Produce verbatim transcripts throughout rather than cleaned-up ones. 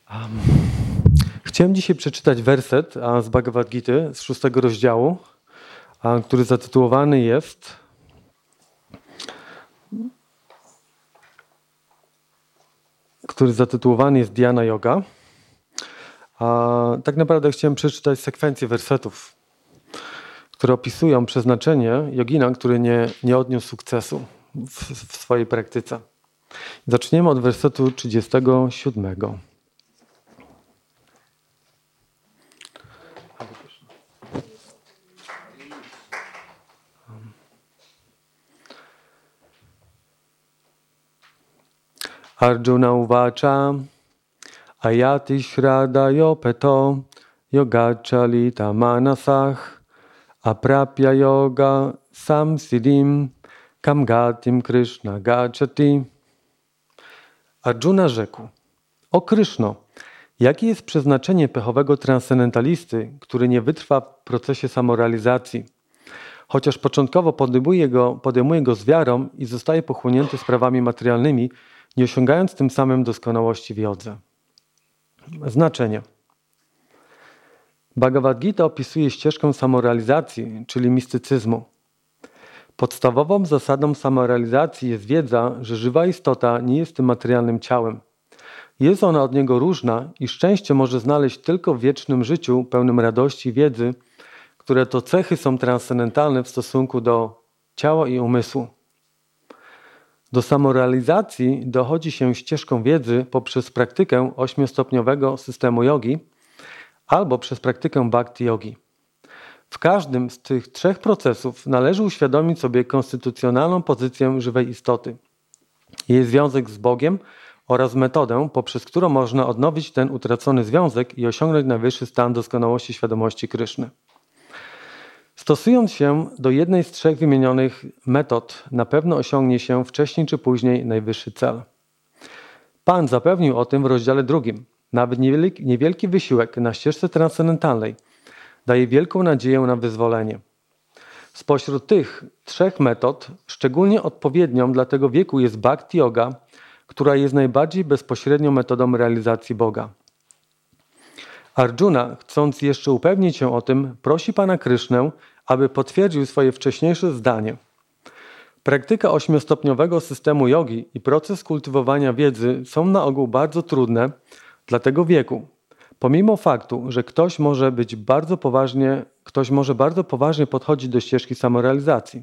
Um, chciałem dzisiaj przeczytać werset a, z Bhagavad Gity, z szóstego rozdziału, a, który zatytułowany jest który zatytułowany jest Dhyana Yoga. A, tak naprawdę chciałem przeczytać sekwencję wersetów, które opisują przeznaczenie jogina, który nie, nie odniósł sukcesu w, w swojej praktyce. Zaczniemy od wersetu trzydziestego siódmego. Arjuna uvacha ayati shraddhayopeto yogachalita manasah aprapya yoga samsiddhim kamgatim Krishna gachati. Arjuna rzekł: O Kryszno, jakie jest przeznaczenie pechowego transcendentalisty, który nie wytrwa w procesie samorealizacji, chociaż początkowo podejmuje go, podejmuje go z wiarą i zostaje pochłonięty sprawami materialnymi, nie osiągając tym samym doskonałości w jodze. Znaczenie. Bhagavad Gita opisuje ścieżkę samorealizacji, czyli mistycyzmu. Podstawową zasadą samorealizacji jest wiedza, że żywa istota nie jest tym materialnym ciałem. Jest ona od niego różna i szczęście może znaleźć tylko w wiecznym życiu pełnym radości i wiedzy, które to cechy są transcendentalne w stosunku do ciała i umysłu. Do samorealizacji dochodzi się ścieżką wiedzy poprzez praktykę ośmiostopniowego systemu jogi albo przez praktykę bhakti jogi. W każdym z tych trzech procesów należy uświadomić sobie konstytucjonalną pozycję żywej istoty, jej związek z Bogiem oraz metodę, poprzez którą można odnowić ten utracony związek i osiągnąć najwyższy stan doskonałości świadomości Kryszny. Stosując się do jednej z trzech wymienionych metod, na pewno osiągnie się wcześniej czy później najwyższy cel. Pan zapewnił o tym w rozdziale drugim. Nawet niewielki, niewielki wysiłek na ścieżce transcendentalnej daje wielką nadzieję na wyzwolenie. Spośród tych trzech metod szczególnie odpowiednią dla tego wieku jest bhakti yoga, która jest najbardziej bezpośrednią metodą realizacji Boga. Arjuna, chcąc jeszcze upewnić się o tym, prosi Pana Krysznę, aby potwierdził swoje wcześniejsze zdanie. Praktyka ośmiostopniowego systemu jogi i proces kultywowania wiedzy są na ogół bardzo trudne dla tego wieku, pomimo faktu, że ktoś może być bardzo poważnie, ktoś może bardzo poważnie podchodzić do ścieżki samorealizacji.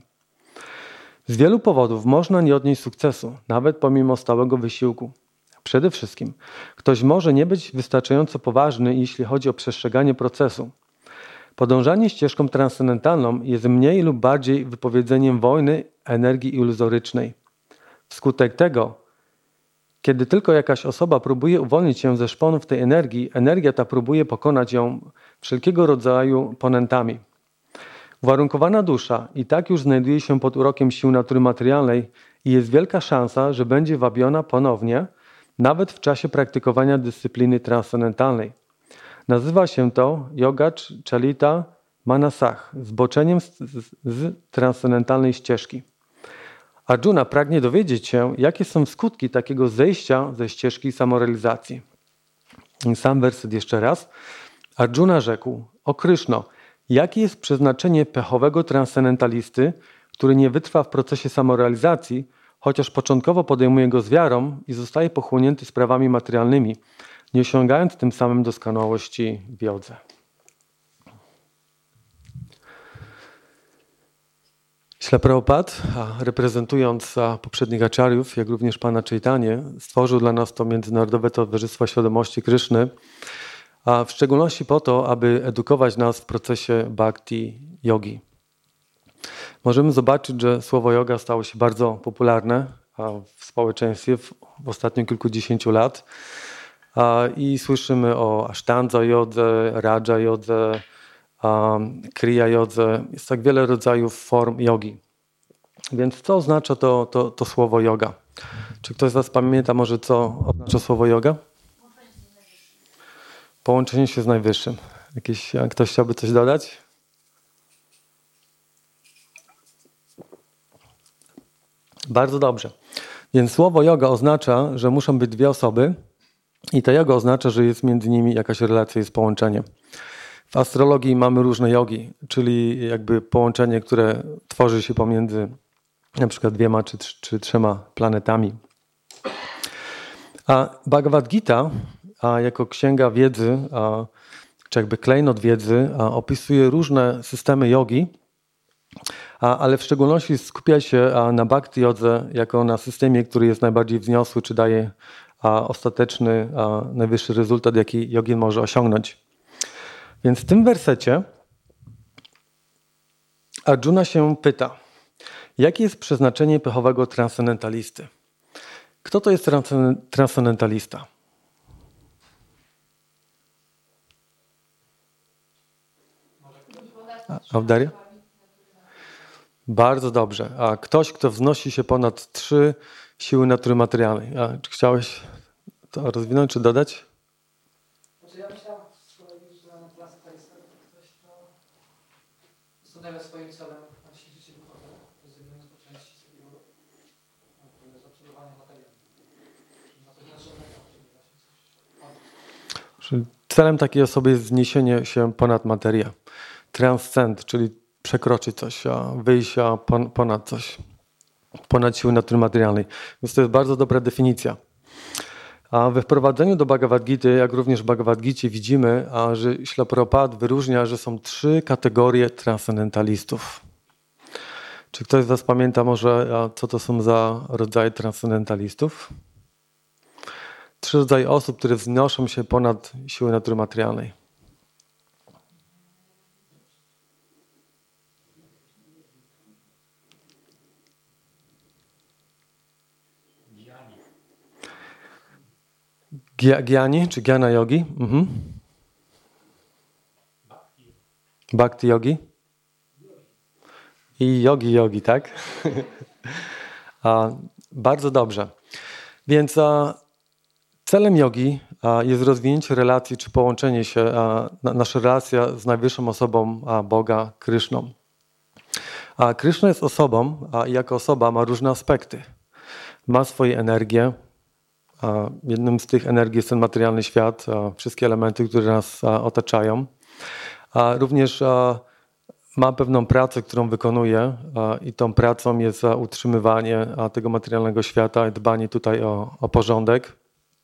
Z wielu powodów można nie odnieść sukcesu, nawet pomimo stałego wysiłku. Przede wszystkim, ktoś może nie być wystarczająco poważny, jeśli chodzi o przestrzeganie procesu. Podążanie ścieżką transcendentalną jest mniej lub bardziej wypowiedzeniem wojny energii iluzorycznej. Wskutek tego, kiedy tylko jakaś osoba próbuje uwolnić się ze szponów tej energii, energia ta próbuje pokonać ją wszelkiego rodzaju ponętami. Uwarunkowana dusza i tak już znajduje się pod urokiem sił natury materialnej i jest wielka szansa, że będzie wabiona ponownie, nawet w czasie praktykowania dyscypliny transcendentalnej. Nazywa się to Yogachalita Manasah, zboczeniem z, z, z transcendentalnej ścieżki. Arjuna pragnie dowiedzieć się, jakie są skutki takiego zejścia ze ścieżki samorealizacji. Sam werset jeszcze raz. Arjuna rzekł: O Kryszno, jakie jest przeznaczenie pechowego transcendentalisty, który nie wytrwa w procesie samorealizacji, chociaż początkowo podejmuje go z wiarą i zostaje pochłonięty sprawami materialnymi, nie osiągając tym samym doskonałości w jodze. Śrila Prabhupada, reprezentując poprzednich acharyów, jak również Pana Chaitanię, stworzył dla nas to Międzynarodowe Towarzystwo Świadomości Kryszny, a w szczególności po to, aby edukować nas w procesie bhakti jogi. Możemy zobaczyć, że słowo yoga stało się bardzo popularne w społeczeństwie w, w ostatnich kilkudziesięciu lat. I słyszymy o Ashtanga jodze, Raja jodze, Kriya jodze. Jest tak wiele rodzajów form jogi. Więc co oznacza to, to, to słowo yoga? Czy ktoś z Was pamięta może, co oznacza słowo yoga? Połączenie się z Najwyższym. Jakieś, ktoś chciałby coś dodać? Bardzo dobrze. Więc słowo yoga oznacza, że muszą być dwie osoby, I ta joga oznacza, że jest między nimi jakaś relacja, jest połączenie. W astrologii mamy różne jogi, czyli jakby połączenie, które tworzy się pomiędzy na przykład dwiema czy, czy trzema planetami. A Bhagavad Gita a jako księga wiedzy, a, czy jakby klejnot wiedzy, a, opisuje różne systemy jogi, a, ale w szczególności skupia się a, na bhakti jodze jako na systemie, który jest najbardziej wzniosły, czy daje a, ostateczny, a, najwyższy rezultat, jaki jogin może osiągnąć. Więc w tym wersecie Arjuna się pyta, jakie jest przeznaczenie pechowego transcendentalisty? Kto to jest transcendentalista? Awdaria? Bardzo dobrze. A ktoś, kto wznosi się ponad trzy siły natury materialnej. A czy chciałeś to rozwinąć, czy dodać? Znaczy ja myślałem z kolei, że transcendentalista to ktoś, kto stanawia swoim celem na dzisiaj życie duchowe, rezygnując po części z takiego zaobserwowania materiału. Na coś naszego, czyli właśnie coś. Czyli celem takiej osoby jest wzniesienie się ponad materię. Transcend, czyli przekroczyć coś, wyjść ponad coś, ponad siły natury materialnej. Więc to jest bardzo dobra definicja. A we wprowadzeniu do Bhagavad Gity, jak również w Bhagavad Gicie widzimy, że Śrīla Prabhupāda wyróżnia, że są trzy kategorie transcendentalistów. Czy ktoś z was pamięta może, co to są za rodzaje transcendentalistów? Trzy rodzaje osób, które wznoszą się ponad siły natury materialnej. Gyani, czy Gyana Yogi? Mhm. Bhakti Yogi? I Yogi Yogi, tak? a, bardzo dobrze. Więc a, celem jogi a, jest rozwinięcie relacji, czy połączenie się, a, na, nasza relacja z najwyższą osobą a, Boga, Kryszną. A Kryszna jest osobą, a jako osoba ma różne aspekty. Ma swoje energie. Jednym z tych energii jest ten materialny świat, wszystkie elementy, które nas otaczają. Również ma pewną pracę, którą wykonuje i tą pracą jest utrzymywanie tego materialnego świata i dbanie tutaj o, o porządek,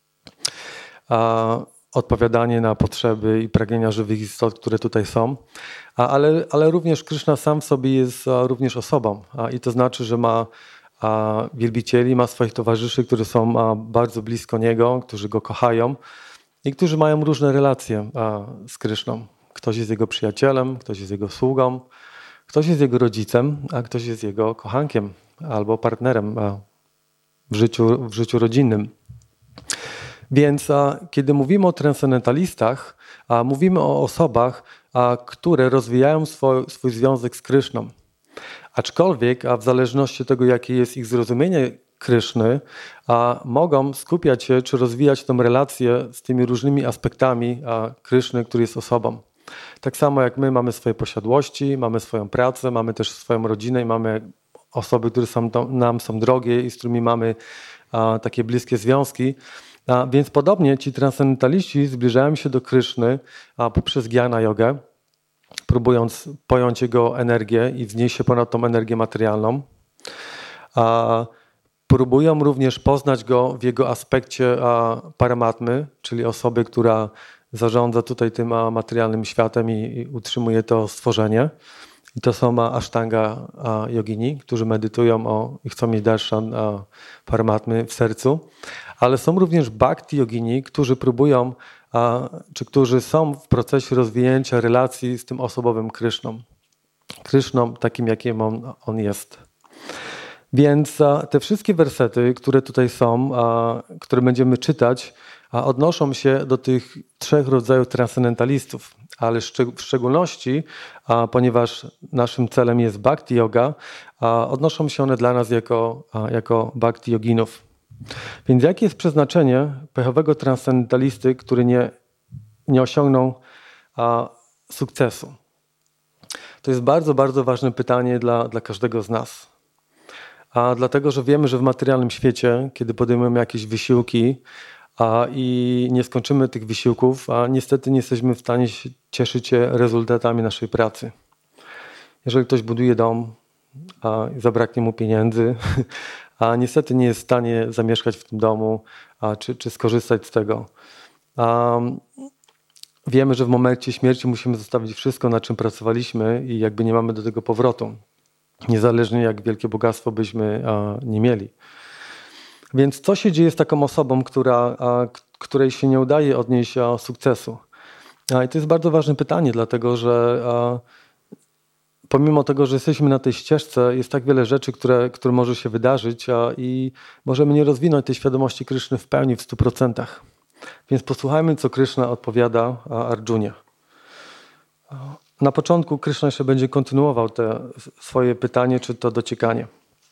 odpowiadanie na potrzeby i pragnienia żywych istot, które tutaj są. Ale, ale również Kryszna sam w sobie jest również osobą i to znaczy, że ma a wielbicieli, ma swoich towarzyszy, którzy są bardzo blisko Niego, którzy Go kochają i którzy mają różne relacje z Kryszną. Ktoś jest Jego przyjacielem, ktoś jest Jego sługą, ktoś jest Jego rodzicem, a ktoś jest Jego kochankiem albo partnerem w życiu, w życiu rodzinnym. Więc a, kiedy mówimy o transcendentalistach, a, mówimy o osobach, a, które rozwijają swój, swój związek z Kryszną. Aczkolwiek, a w zależności od tego, jakie jest ich zrozumienie Kryszny, a mogą skupiać się czy rozwijać tę relację z tymi różnymi aspektami a Kryszny, który jest osobą. Tak samo jak my mamy swoje posiadłości, mamy swoją pracę, mamy też swoją rodzinę i mamy osoby, które są do, nam są drogie i z którymi mamy a, takie bliskie związki. A, więc podobnie ci transcendentaliści zbliżają się do Kryszny a, poprzez Gyana Jogę, próbując pojąć Jego energię i wznieść się ponad tą energię materialną. A próbują również poznać Go w Jego aspekcie Paramatmy, czyli osoby, która zarządza tutaj tym materialnym światem i, i utrzymuje to stworzenie. I to są Ashtanga Yogini, którzy medytują o, i chcą mieć darshan Paramatmy w sercu. Ale są również Bhakti Yogini, którzy próbują A, czy którzy są w procesie rozwijania relacji z tym osobowym Kryszną. Kryszną takim, jakim on, on jest. Więc a, te wszystkie wersety, które tutaj są, a, które będziemy czytać, a, odnoszą się do tych trzech rodzajów transcendentalistów. Ale szczeg- w szczególności, a, ponieważ naszym celem jest Bhakti Yoga, a, odnoszą się one dla nas jako, a, jako Bhakti Yoginów. Więc jakie jest przeznaczenie pechowego transcendentalisty, który nie, nie osiągnął a, sukcesu? To jest bardzo, bardzo ważne pytanie dla, dla każdego z nas. A dlatego, że wiemy, że w materialnym świecie, kiedy podejmujemy jakieś wysiłki, a, i nie skończymy tych wysiłków, a niestety nie jesteśmy w stanie cieszyć się rezultatami naszej pracy. Jeżeli ktoś buduje dom, a zabraknie mu pieniędzy, a niestety nie jest w stanie zamieszkać w tym domu, a, czy, czy skorzystać z tego. A, wiemy, że w momencie śmierci musimy zostawić wszystko, na czym pracowaliśmy i jakby nie mamy do tego powrotu. Niezależnie jak wielkie bogactwo byśmy a, nie mieli. Więc co się dzieje z taką osobą, która, a, której się nie udaje odnieść a, sukcesu? A, I to jest bardzo ważne pytanie, dlatego że a, pomimo tego, że jesteśmy na tej ścieżce, jest tak wiele rzeczy, które, które może się wydarzyć a, i możemy nie rozwinąć tej świadomości Kryszny w pełni, w stu procentach. Więc posłuchajmy, co Kryszna odpowiada Arjunie. Na początku Kryszna jeszcze będzie kontynuował te swoje pytanie, czy to dociekanie.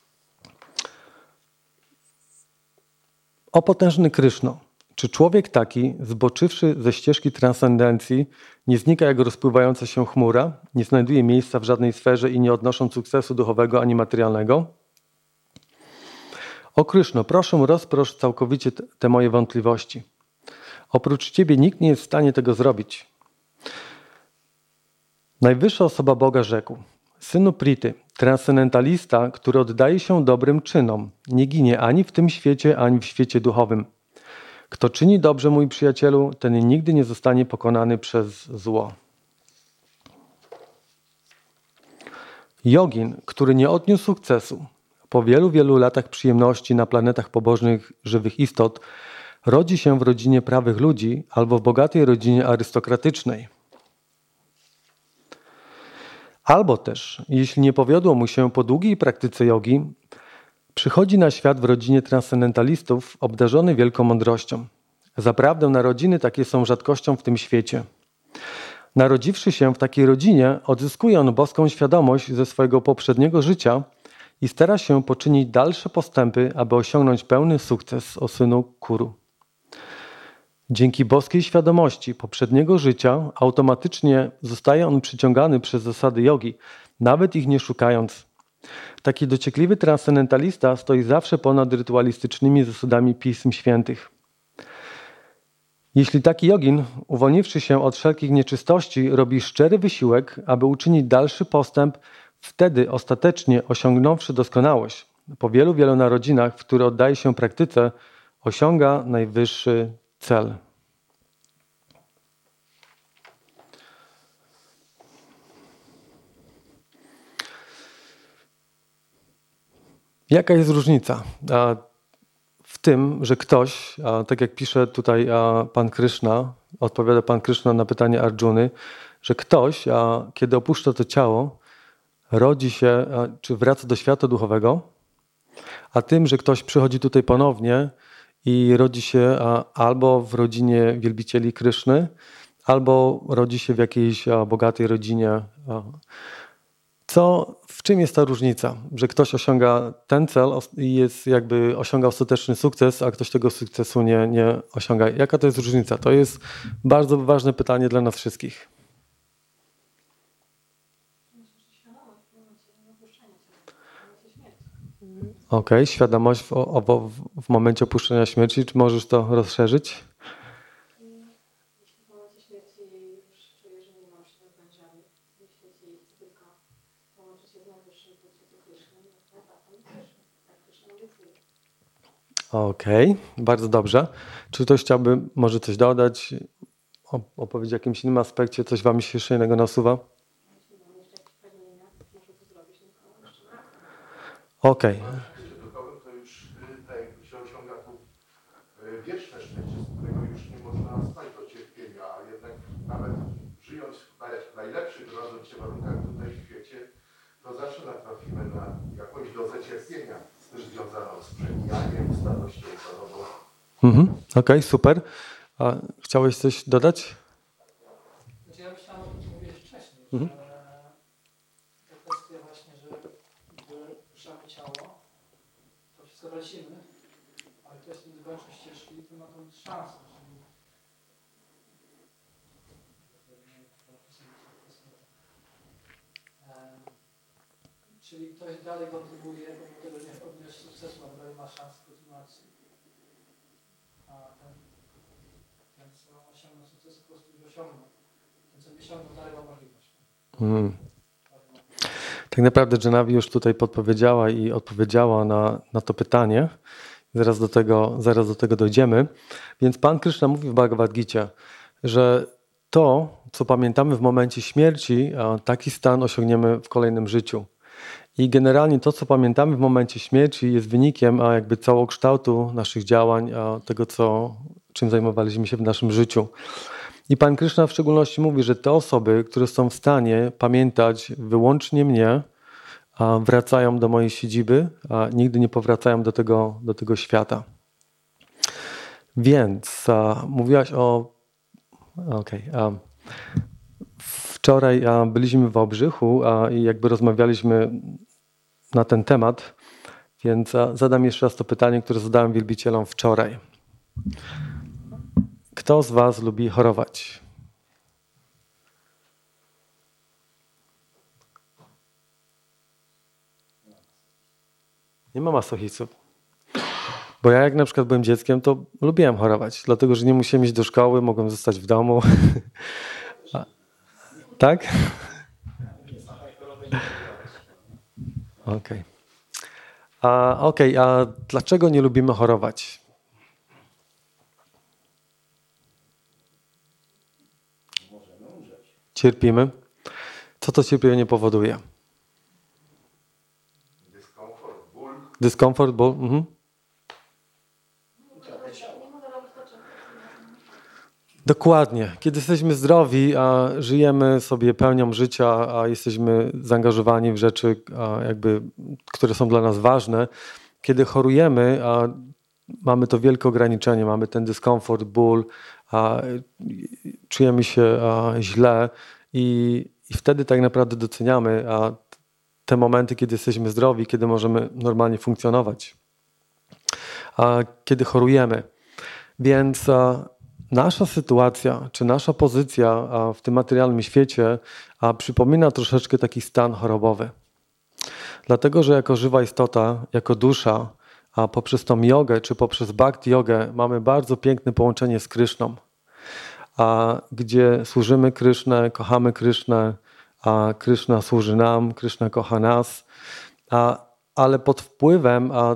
O potężny Kryszno, czy człowiek taki, zboczywszy ze ścieżki transcendencji, nie znika jak rozpływająca się chmura, nie znajduje miejsca w żadnej sferze i nie odnosząc sukcesu duchowego ani materialnego? O Kryszno, proszę rozprosz całkowicie te moje wątpliwości. Oprócz Ciebie nikt nie jest w stanie tego zrobić. Najwyższa osoba Boga rzekł: Synu Prity, transcendentalista, który oddaje się dobrym czynom, nie ginie ani w tym świecie, ani w świecie duchowym. Kto czyni dobrze, mój przyjacielu, ten nigdy nie zostanie pokonany przez zło. Jogin, który nie odniósł sukcesu, po wielu, wielu latach przyjemności na planetach pobożnych żywych istot, rodzi się w rodzinie prawych ludzi albo w bogatej rodzinie arystokratycznej. Albo też, jeśli nie powiodło mu się po długiej praktyce jogi, przychodzi na świat w rodzinie transcendentalistów obdarzony wielką mądrością. Zaprawdę narodziny takie są rzadkością w tym świecie. Narodziwszy się w takiej rodzinie, odzyskuje on boską świadomość ze swojego poprzedniego życia i stara się poczynić dalsze postępy, aby osiągnąć pełny sukces, o synu Kuru. Dzięki boskiej świadomości poprzedniego życia automatycznie zostaje on przyciągany przez zasady jogi, nawet ich nie szukając. Taki dociekliwy transcendentalista stoi zawsze ponad rytualistycznymi zasadami Pism Świętych. Jeśli taki jogin, uwolniwszy się od wszelkich nieczystości, robi szczery wysiłek, aby uczynić dalszy postęp, wtedy ostatecznie osiągnąwszy doskonałość, po wielu, wielu narodzinach, w które oddaje się praktyce, osiąga najwyższy cel. Jaka jest różnica w tym, że ktoś, tak jak pisze tutaj Pan Kryszna, odpowiada Pan Kryszna na pytanie Arjuny, że ktoś, kiedy opuszcza to ciało, rodzi się, czy wraca do świata duchowego, a tym, że ktoś przychodzi tutaj ponownie i rodzi się albo w rodzinie wielbicieli Kryszny, albo rodzi się w jakiejś bogatej rodzinie. Co, w czym jest ta różnica? Że ktoś osiąga ten cel i jest jakby osiąga ostateczny sukces, a ktoś tego sukcesu nie, nie osiąga. Jaka to jest różnica? To jest bardzo ważne pytanie dla nas wszystkich. Okej, okay, świadomość w, w, w momencie opuszczenia śmierci. Czy możesz to rozszerzyć? Jeśli w momencie śmierci już czuję, że nie mam się do wężami, jeśli tylko połączy się z najwyższym poczuciem Kryszny, to potem też tak Kryszna obiecuje. Okej, okay, bardzo dobrze. Czy ktoś chciałby może coś dodać, opowiedzieć o jakimś innym aspekcie, coś wam się jeszcze innego nasuwa? Jeśli mam jeszcze jakieś pragnienia, to może to zrobić, tylko jeszcze raz. Okej. Okay. To już tak się osiąga tu wieczne szczęście, z którego już nie można stać do cierpienia, a jednak nawet żyjąc w najlepszych, rodząc się w warunkach tutaj w świecie, to zawsze natrafimy na jakąś dozę cierpienia, też związaną z przebijaniem, starością chorobą. Mhm. Okej, okay, super. A chciałeś coś dodać? Znaczy ja myślałem o tym, co mówiłeś wcześniej, Mhm. że to kwestia właśnie, że gdy ruszamy ciało, to wszystko lecimy, ale to jest kończą ścieżki, to ma tą szansę, czyli, czyli ktoś dalej kontynuuje, pomimo tego, że nie odniósł sukcesu, ale dalej ma szansę kontynuacji. A ten chce po prostu już osiągnąć. Ten, co osiągnął, dalej ma możliwość. Mm. Tak naprawdę Genavi już tutaj podpowiedziała i odpowiedziała na, na to pytanie. Zaraz do, tego, zaraz do tego dojdziemy. Więc Pan Kryszna mówi w Bhagavad Gicie, że to, co pamiętamy w momencie śmierci, taki stan osiągniemy w kolejnym życiu. I generalnie to, co pamiętamy w momencie śmierci, jest wynikiem a jakby całokształtu naszych działań, a tego, co, czym zajmowaliśmy się w naszym życiu. I Pan Kryszna w szczególności mówi, że te osoby, które są w stanie pamiętać wyłącznie mnie, a wracają do mojej siedziby, a nigdy nie powracają do tego, do tego świata. Więc a, mówiłaś o... Okej. Okay, wczoraj a, byliśmy w Wałbrzychu a, i jakby rozmawialiśmy na ten temat, więc a, zadam jeszcze raz to pytanie, które zadałem wielbicielom wczoraj. Kto z was lubi chorować? Nie ma masochistów. Bo ja jak na przykład byłem dzieckiem, to lubiłem chorować, dlatego że nie musiałem iść do szkoły, mogłem zostać w domu. A, tak? Okej. Okay. A, okay, a dlaczego nie lubimy chorować? Cierpimy. Co to cierpienie powoduje? Dyskomfort, ból. Dyskomfort, ból. Mhm. Dokładnie. Kiedy jesteśmy zdrowi, a żyjemy sobie pełnią życia, a jesteśmy zaangażowani w rzeczy, a jakby, które są dla nas ważne, kiedy chorujemy, a mamy to wielkie ograniczenie, mamy ten dyskomfort, ból, a czujemy się a, źle i, i wtedy tak naprawdę doceniamy a, te momenty, kiedy jesteśmy zdrowi, kiedy możemy normalnie funkcjonować, a, kiedy chorujemy. Więc a, nasza sytuacja, czy nasza pozycja a, w tym materialnym świecie a, przypomina troszeczkę taki stan chorobowy. Dlatego, że jako żywa istota, jako dusza, a poprzez tą jogę, czy poprzez bhakti jogę mamy bardzo piękne połączenie z Kryszną, a gdzie służymy Krysznę, kochamy Krysznę, a Kryszna służy nam, Kryszna kocha nas, a, ale pod wpływem a,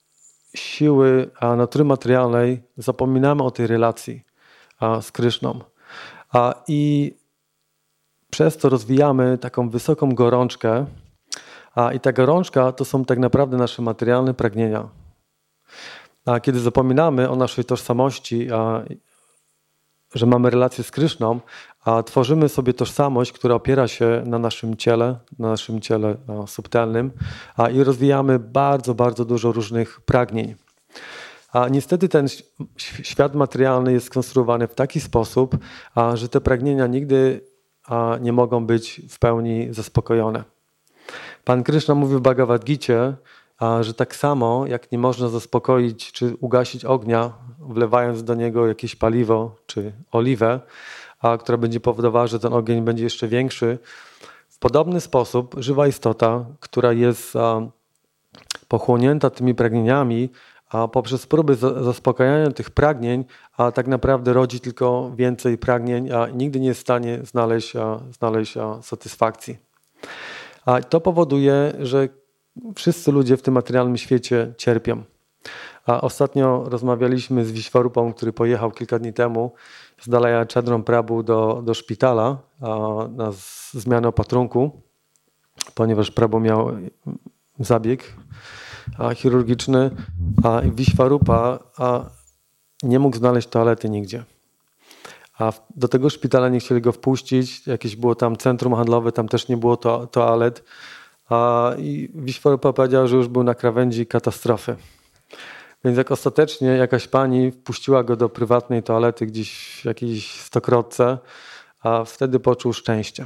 siły a, natury materialnej zapominamy o tej relacji a, z Kryszną. A, I przez to rozwijamy taką wysoką gorączkę, a, i ta gorączka to są tak naprawdę nasze materialne pragnienia. A kiedy zapominamy o naszej tożsamości, a, że mamy relację z Kryszną, a tworzymy sobie tożsamość, która opiera się na naszym ciele, na naszym ciele a, subtelnym, a, i rozwijamy bardzo, bardzo dużo różnych pragnień. A niestety ten świat materialny jest skonstruowany w taki sposób, a, że te pragnienia nigdy a, nie mogą być w pełni zaspokojone. Pan Kryszna mówi w Bhagavad Gicie, a, że tak samo jak nie można zaspokoić czy ugasić ognia, wlewając do niego jakieś paliwo czy oliwę, a, która będzie powodowała, że ten ogień będzie jeszcze większy, w podobny sposób żywa istota, która jest a, pochłonięta tymi pragnieniami, a poprzez próby za, zaspokajania tych pragnień, a tak naprawdę rodzi tylko więcej pragnień, a nigdy nie jest w stanie znaleźć, a, znaleźć a, satysfakcji. A to powoduje, że wszyscy ludzie w tym materialnym świecie cierpią. A ostatnio rozmawialiśmy z Vishwarupą, który pojechał kilka dni temu z Dalaya Chandrą Prabhu do, do szpitala a, na zmianę opatrunku, ponieważ Prabhu miał zabieg a, chirurgiczny, a Vishwarupa a, nie mógł znaleźć toalety nigdzie. A do tego szpitala nie chcieli go wpuścić, jakieś było tam centrum handlowe, tam też nie było to, toalet. A, I Vishwarupa powiedział, że już był na krawędzi katastrofy. Więc jak ostatecznie jakaś pani wpuściła go do prywatnej toalety gdzieś w jakiejś stokrotce, a wtedy poczuł szczęście.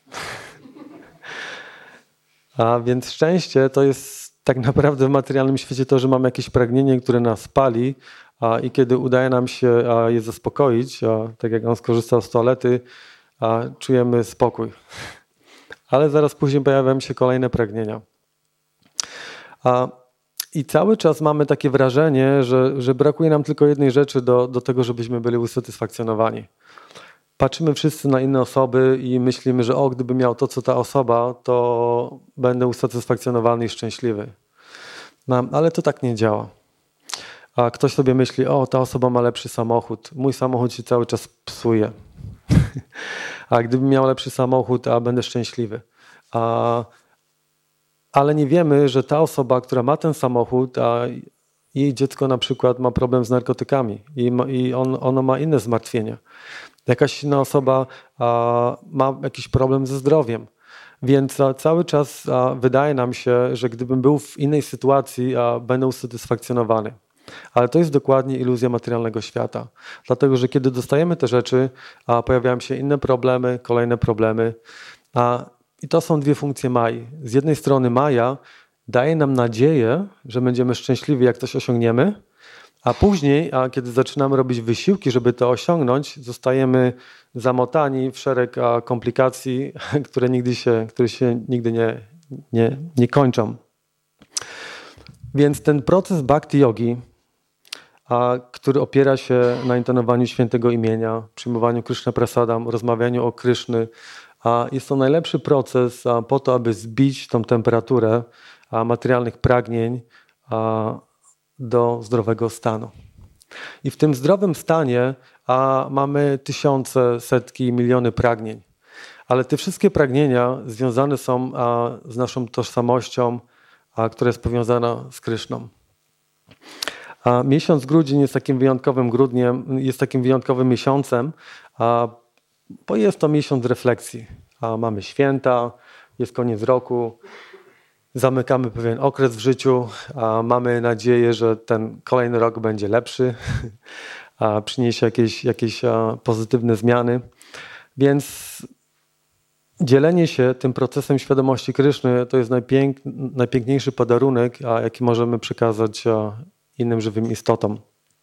A więc szczęście to jest tak naprawdę w materialnym świecie to, że mamy jakieś pragnienie, które nas pali, a, i kiedy udaje nam się a, je zaspokoić, a, tak jak on skorzystał z toalety, a, czujemy spokój. Ale zaraz później pojawiają się kolejne pragnienia. A, I cały czas mamy takie wrażenie, że, że brakuje nam tylko jednej rzeczy do, do tego, żebyśmy byli usatysfakcjonowani. patrzymy wszyscy na inne osoby i myślimy, że o, gdyby miał to, co ta osoba, to będę usatysfakcjonowany i szczęśliwy. No, ale to tak nie działa. A ktoś sobie myśli, o, ta osoba ma lepszy samochód, mój samochód się cały czas psuje. A gdybym miał lepszy samochód, a będę szczęśliwy. A, ale nie wiemy, że ta osoba, która ma ten samochód, a jej dziecko na przykład ma problem z narkotykami i, ma, i on, ono ma inne zmartwienia. Jakaś inna osoba a, ma jakiś problem ze zdrowiem. Więc a, cały czas a, wydaje nam się, że gdybym był w innej sytuacji, a, będę usatysfakcjonowany. Ale to jest dokładnie iluzja materialnego świata. Dlatego, że kiedy dostajemy te rzeczy, a, pojawiają się inne problemy, kolejne problemy. A, I to są dwie funkcje Mai. Z jednej strony Maja daje nam nadzieję, że będziemy szczęśliwi, jak coś osiągniemy, a później, a kiedy zaczynamy robić wysiłki, żeby to osiągnąć, zostajemy zamotani w szereg a, komplikacji, które nigdy się, które się nigdy nie, nie, nie kończą. Więc ten proces bhakti yogi, a, który opiera się na intonowaniu świętego imienia, przyjmowaniu Krishna prasadam, rozmawianiu o Kryszny, a, jest to najlepszy proces a, po to, aby zbić tą temperaturę a, materialnych pragnień a, do zdrowego stanu. I w tym zdrowym stanie a, mamy tysiące, setki, miliony pragnień. Ale te wszystkie pragnienia związane są a, z naszą tożsamością, a, która jest powiązana z Kryszną. A miesiąc grudzień jest takim wyjątkowym grudniem, jest takim wyjątkowym miesiącem, a, bo jest to miesiąc refleksji. A, mamy święta, jest koniec roku, zamykamy pewien okres w życiu, a mamy nadzieję, że ten kolejny rok będzie lepszy, a przyniesie jakieś, jakieś a, pozytywne zmiany. Więc dzielenie się tym procesem świadomości Kryszny to jest najpięk, najpiękniejszy podarunek, a, jaki możemy przekazać a, innym żywym istotom.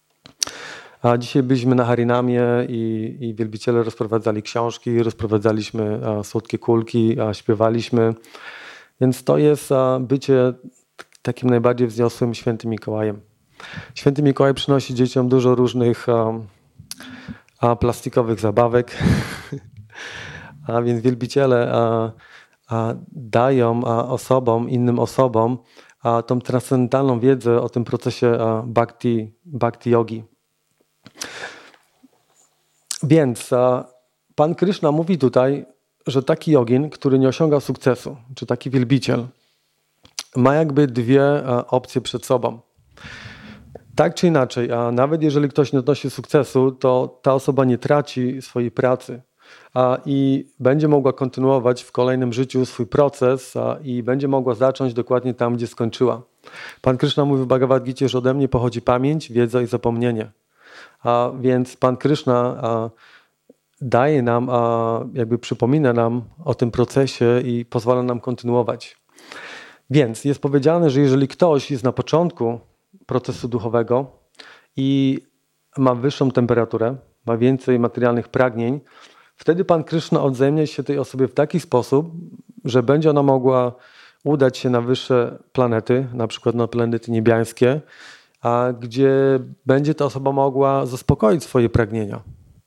A dzisiaj byliśmy na Harinamie i, i wielbiciele rozprowadzali książki, rozprowadzaliśmy a, słodkie kulki, a, śpiewaliśmy. Więc to jest a, bycie takim najbardziej wzniosłym świętym Mikołajem. Święty Mikołaj przynosi dzieciom dużo różnych a, a, plastikowych zabawek, a więc wielbiciele a, a, dają a, osobom, innym osobom a, tą transcendentalną wiedzę o tym procesie a, bhakti, bhakti yogi. Więc a, Pan Kryszna mówi tutaj, że taki jogin, który nie osiąga sukcesu, czy taki wielbiciel, ma jakby dwie a, opcje przed sobą. Tak czy inaczej, a nawet jeżeli ktoś nie odnosi sukcesu, to ta osoba nie traci swojej pracy a, i będzie mogła kontynuować w kolejnym życiu swój proces a, i będzie mogła zacząć dokładnie tam, gdzie skończyła. Pan Kryszna mówi w Bhagavad Gicie, że ode mnie pochodzi pamięć, wiedza i zapomnienie. A więc Pan Kryszna a, daje nam, a jakby przypomina nam o tym procesie i pozwala nam kontynuować. Więc jest powiedziane, że jeżeli ktoś jest na początku procesu duchowego i ma wyższą temperaturę, ma więcej materialnych pragnień, wtedy Pan Kryszna odzajemnia się tej osobie w taki sposób, że będzie ona mogła udać się na wyższe planety, na przykład na planety niebiańskie, a gdzie będzie ta osoba mogła zaspokoić swoje pragnienia.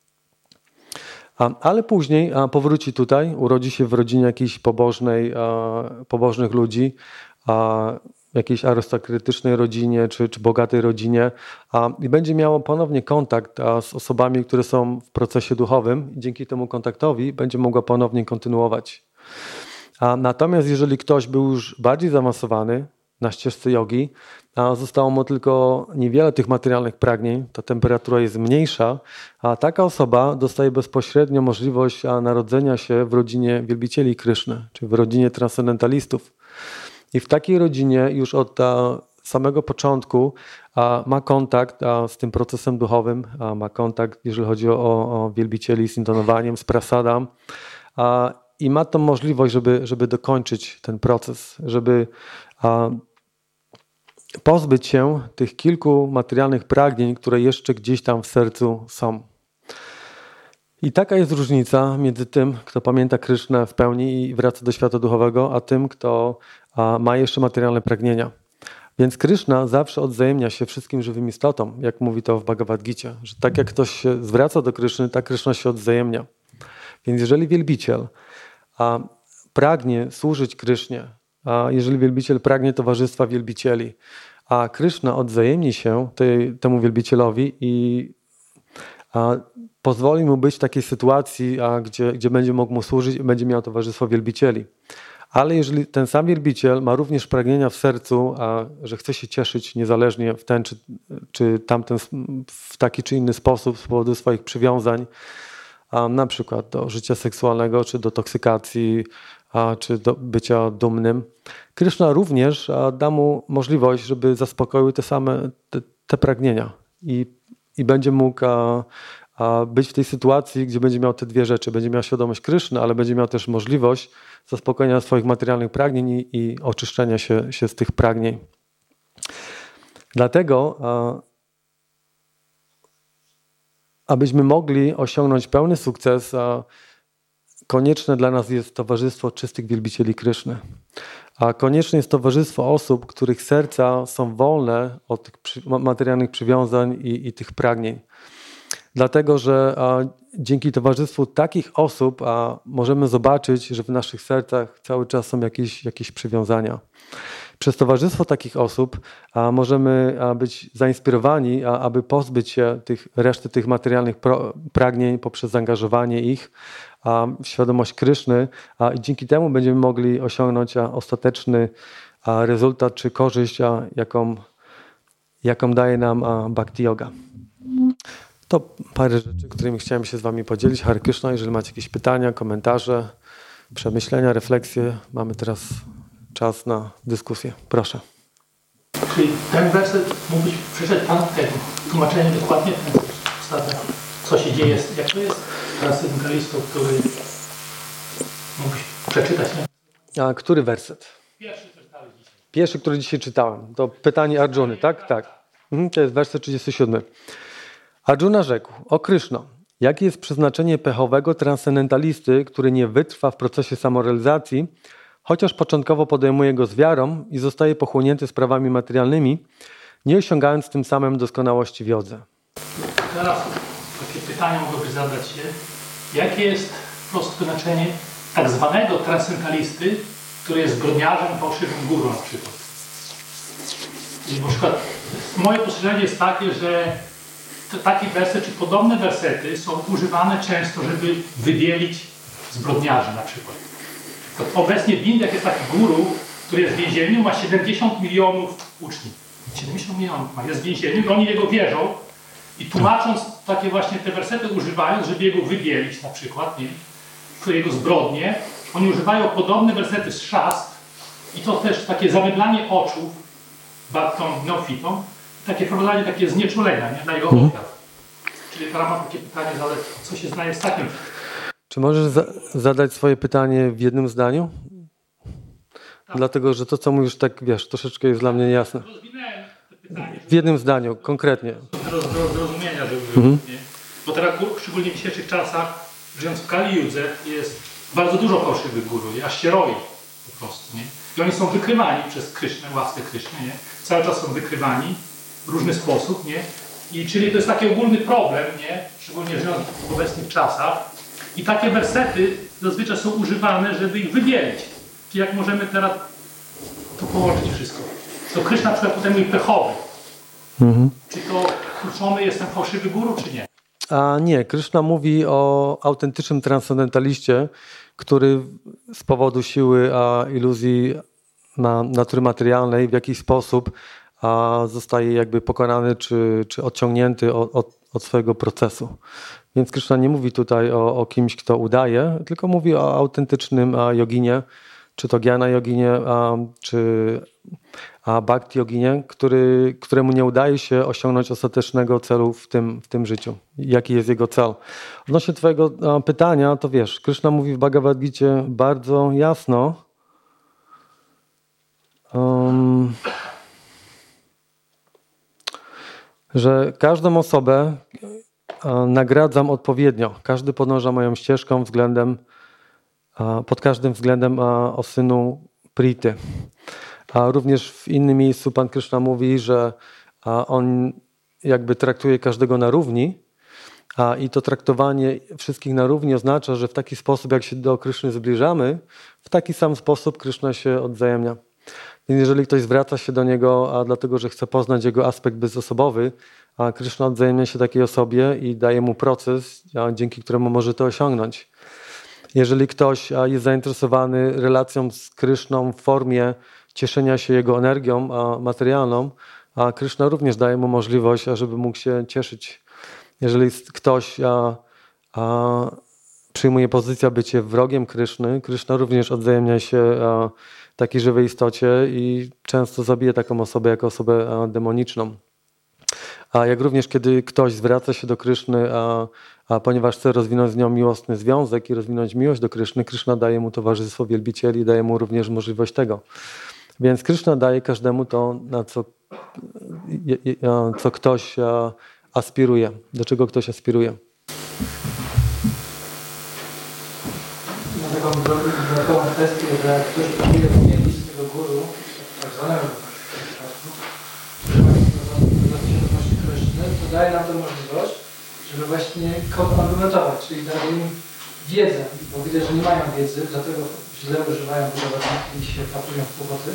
A, ale później a, powróci tutaj, urodzi się w rodzinie jakiejś pobożnej, a, pobożnych ludzi, a, jakiejś arystokratycznej rodzinie czy, czy bogatej rodzinie a, i będzie miało ponownie kontakt a, z osobami, które są w procesie duchowym i dzięki temu kontaktowi będzie mogła ponownie kontynuować. A, natomiast jeżeli ktoś był już bardziej zaawansowany na ścieżce jogi, a zostało mu tylko niewiele tych materialnych pragnień, ta temperatura jest mniejsza, a taka osoba dostaje bezpośrednio możliwość a, narodzenia się w rodzinie wielbicieli Kryszny, czy w rodzinie transcendentalistów. I w takiej rodzinie już od a, samego początku a, ma kontakt a, z tym procesem duchowym, a, ma kontakt, jeżeli chodzi o, o wielbicieli z intonowaniem, z prasadam, a, i ma tą możliwość, żeby, żeby dokończyć ten proces, żeby a, pozbyć się tych kilku materialnych pragnień, które jeszcze gdzieś tam w sercu są. I taka jest różnica między tym, kto pamięta Krysznę w pełni i wraca do świata duchowego, a tym, kto a, ma jeszcze materialne pragnienia. Więc Kryszna zawsze odwzajemnia się wszystkim żywym istotom, jak mówi to w Bhagavad Gicie, że tak jak ktoś się zwraca do Kryszny, tak Kryszna się odwzajemnia. Więc jeżeli wielbiciel a, pragnie służyć Krysznie, a jeżeli wielbiciel pragnie towarzystwa wielbicieli, a Kryszna odwzajemni się tej, temu wielbicielowi i a, pozwoli mu być w takiej sytuacji, a, gdzie, gdzie będzie mógł mu służyć i będzie miał towarzystwo wielbicieli. Ale jeżeli ten sam wielbiciel ma również pragnienia w sercu, a, że chce się cieszyć niezależnie w ten czy, czy tamten, w taki czy inny sposób z powodu swoich przywiązań, a, na przykład do życia seksualnego, czy do toksykacji, a, czy do bycia dumnym, Kryszna również a, da mu możliwość, żeby zaspokoił te same te, te pragnienia i, i będzie mógł a, a być w tej sytuacji, gdzie będzie miał te dwie rzeczy. Będzie miał świadomość Kryszny, ale będzie miał też możliwość zaspokojenia swoich materialnych pragnień i, i oczyszczenia się, się z tych pragnień. Dlatego, a, abyśmy mogli osiągnąć pełny sukces, a, konieczne dla nas jest towarzystwo czystych wielbicieli Kryszny. A konieczne jest towarzystwo osób, których serca są wolne od tych przy, materialnych przywiązań i, i tych pragnień. Dlatego, że a, dzięki towarzystwu takich osób a, możemy zobaczyć, że w naszych sercach cały czas są jakieś, jakieś przywiązania. Przez towarzystwo takich osób a, możemy a, być zainspirowani, a, aby pozbyć się tych, reszty tych materialnych pro, pragnień poprzez zaangażowanie ich a, w świadomość Kryszny a, i dzięki temu będziemy mogli osiągnąć a, ostateczny a, rezultat czy korzyść, a, jaką, jaką daje nam a, Bhakti Yoga. To parę rzeczy, którymi chciałem się z wami podzielić. Hare Krishna, jeżeli macie jakieś pytania, komentarze, przemyślenia, refleksje, mamy teraz czas na dyskusję. Proszę. Czyli ten werset mógłbyś przeczytać Pan tego tłumaczenie dokładnie, ten ostatni, co się dzieje, jak to jest transcendentalistą, który mógłbyś przeczytać, nie? A który werset? Pierwszy, co czytałeś dzisiaj. Pierwszy, który dzisiaj czytałem. To pytanie Arjuny, tak? Tak. Mhm, to jest werset trzydziesty siódmy. Arjuna rzekł: o Kryszno, jakie jest przeznaczenie pechowego transcendentalisty, który nie wytrwa w procesie samorealizacji, chociaż początkowo podejmuje go z wiarą i zostaje pochłonięty sprawami materialnymi, nie osiągając tym samym doskonałości w jodze? Teraz takie pytanie mogłoby zadać się, jakie jest po prostu znaczenie tak zwanego transcendentalisty, który jest zbrodniarzem, fałszywym górą na przykład. I na przykład moje spostrzeżenie jest takie, że taki werset, czy podobne wersety są używane często, żeby wybielić zbrodniarzy na przykład. To obecnie w Indiach jest taki guru, który jest w więzieniu, ma siedemdziesiąt milionów uczniów. siedemdziesiąt milionów ma, jest w więzieniu i oni jego wierzą i tłumacząc takie właśnie te wersety używają, żeby jego wybielić na przykład, nie? Jego zbrodnie, oni używają podobne wersety z szast i to też takie zamydlanie oczu batką, neofitą, takie wprowadzanie, takie znieczulenia, nie? Dla jego mhm. ofiar. Czyli teraz mam takie pytanie, ale co się znaje z takim? Czy możesz za zadać swoje pytanie w jednym zdaniu? Tak. Dlatego, że to, co mówisz, tak wiesz, troszeczkę jest dla mnie niejasne. Rozwinąłem to pytanie. W jednym zdaniu, konkretnie. Do zrozumienia, żeby mhm. było, nie? Bo teraz, szczególnie w dzisiejszych czasach, żyjąc w Kali Judze, jest bardzo dużo fałszywych guru, nie? Aż się roi po prostu, nie? I oni są wykrywani przez Krysznę, łaskę Krysznę, nie? Cały czas są wykrywani w różny sposób, nie? I czyli to jest taki ogólny problem, nie? Szczególnie żyjąc w obecnych czasach. I takie wersety zazwyczaj są używane, żeby ich wybielić. Czyli jak możemy teraz to połączyć wszystko. To Kryszna na przykład potem mówi pechowy. Mhm. Czy to kluczowy jest ten fałszywy guru, czy nie? A nie, Kryszna mówi o autentycznym transcendentaliście, który z powodu siły a iluzji na natury materialnej w jakiś sposób a zostaje jakby pokonany czy, czy odciągnięty od, od, od swojego procesu. Więc Kryszna nie mówi tutaj o, o kimś, kto udaje, tylko mówi o autentycznym a, joginie, czy to Gyana joginie, a, czy a Bhakti joginie, który, któremu nie udaje się osiągnąć ostatecznego celu w tym, w tym życiu. Jaki jest jego cel? Odnośnie twojego a, pytania, to wiesz, Kryszna mówi w Bhagavad Gicie bardzo jasno, um, że każdą osobę nagradzam odpowiednio. Każdy podąża moją ścieżką względem, pod każdym względem o synu Prity. A również w innym miejscu Pan Kryszna mówi, że a on jakby traktuje każdego na równi, a i to traktowanie wszystkich na równi oznacza, że w taki sposób, jak się do Kryszny zbliżamy, w taki sam sposób Kryszna się odwzajemnia. Więc jeżeli ktoś zwraca się do niego, a dlatego, że chce poznać jego aspekt bezosobowy, a Kryszna odwzajemnia się takiej osobie i daje mu proces, a dzięki któremu może to osiągnąć. Jeżeli ktoś jest zainteresowany relacją z Kryszną w formie cieszenia się jego energią materialną, a Kryszna również daje mu możliwość, żeby mógł się cieszyć. Jeżeli ktoś a, a, przyjmuje pozycję bycie wrogiem Kryszny, Kryszna również odwzajemnia się a, takiej żywej istocie i często zabije taką osobę jako osobę a, demoniczną. A jak również kiedy ktoś zwraca się do Kryszny, a, a ponieważ chce rozwinąć z nią miłosny związek i rozwinąć miłość do Kryszny, Kryszna daje mu towarzystwo wielbicieli, daje mu również możliwość tego. Więc Kryszna daje każdemu to, na co, co ktoś aspiruje, do czego ktoś aspiruje. Na taką dodatkową kwestię, że jak ktoś próbuje wymienić tego guru, tak zwanego, to daje nam to możliwość, żeby właśnie argumentować, czyli daje im wiedzę, bo widzę, że nie mają wiedzy, dlatego źle używają budowania i się wpatrują w kłopoty.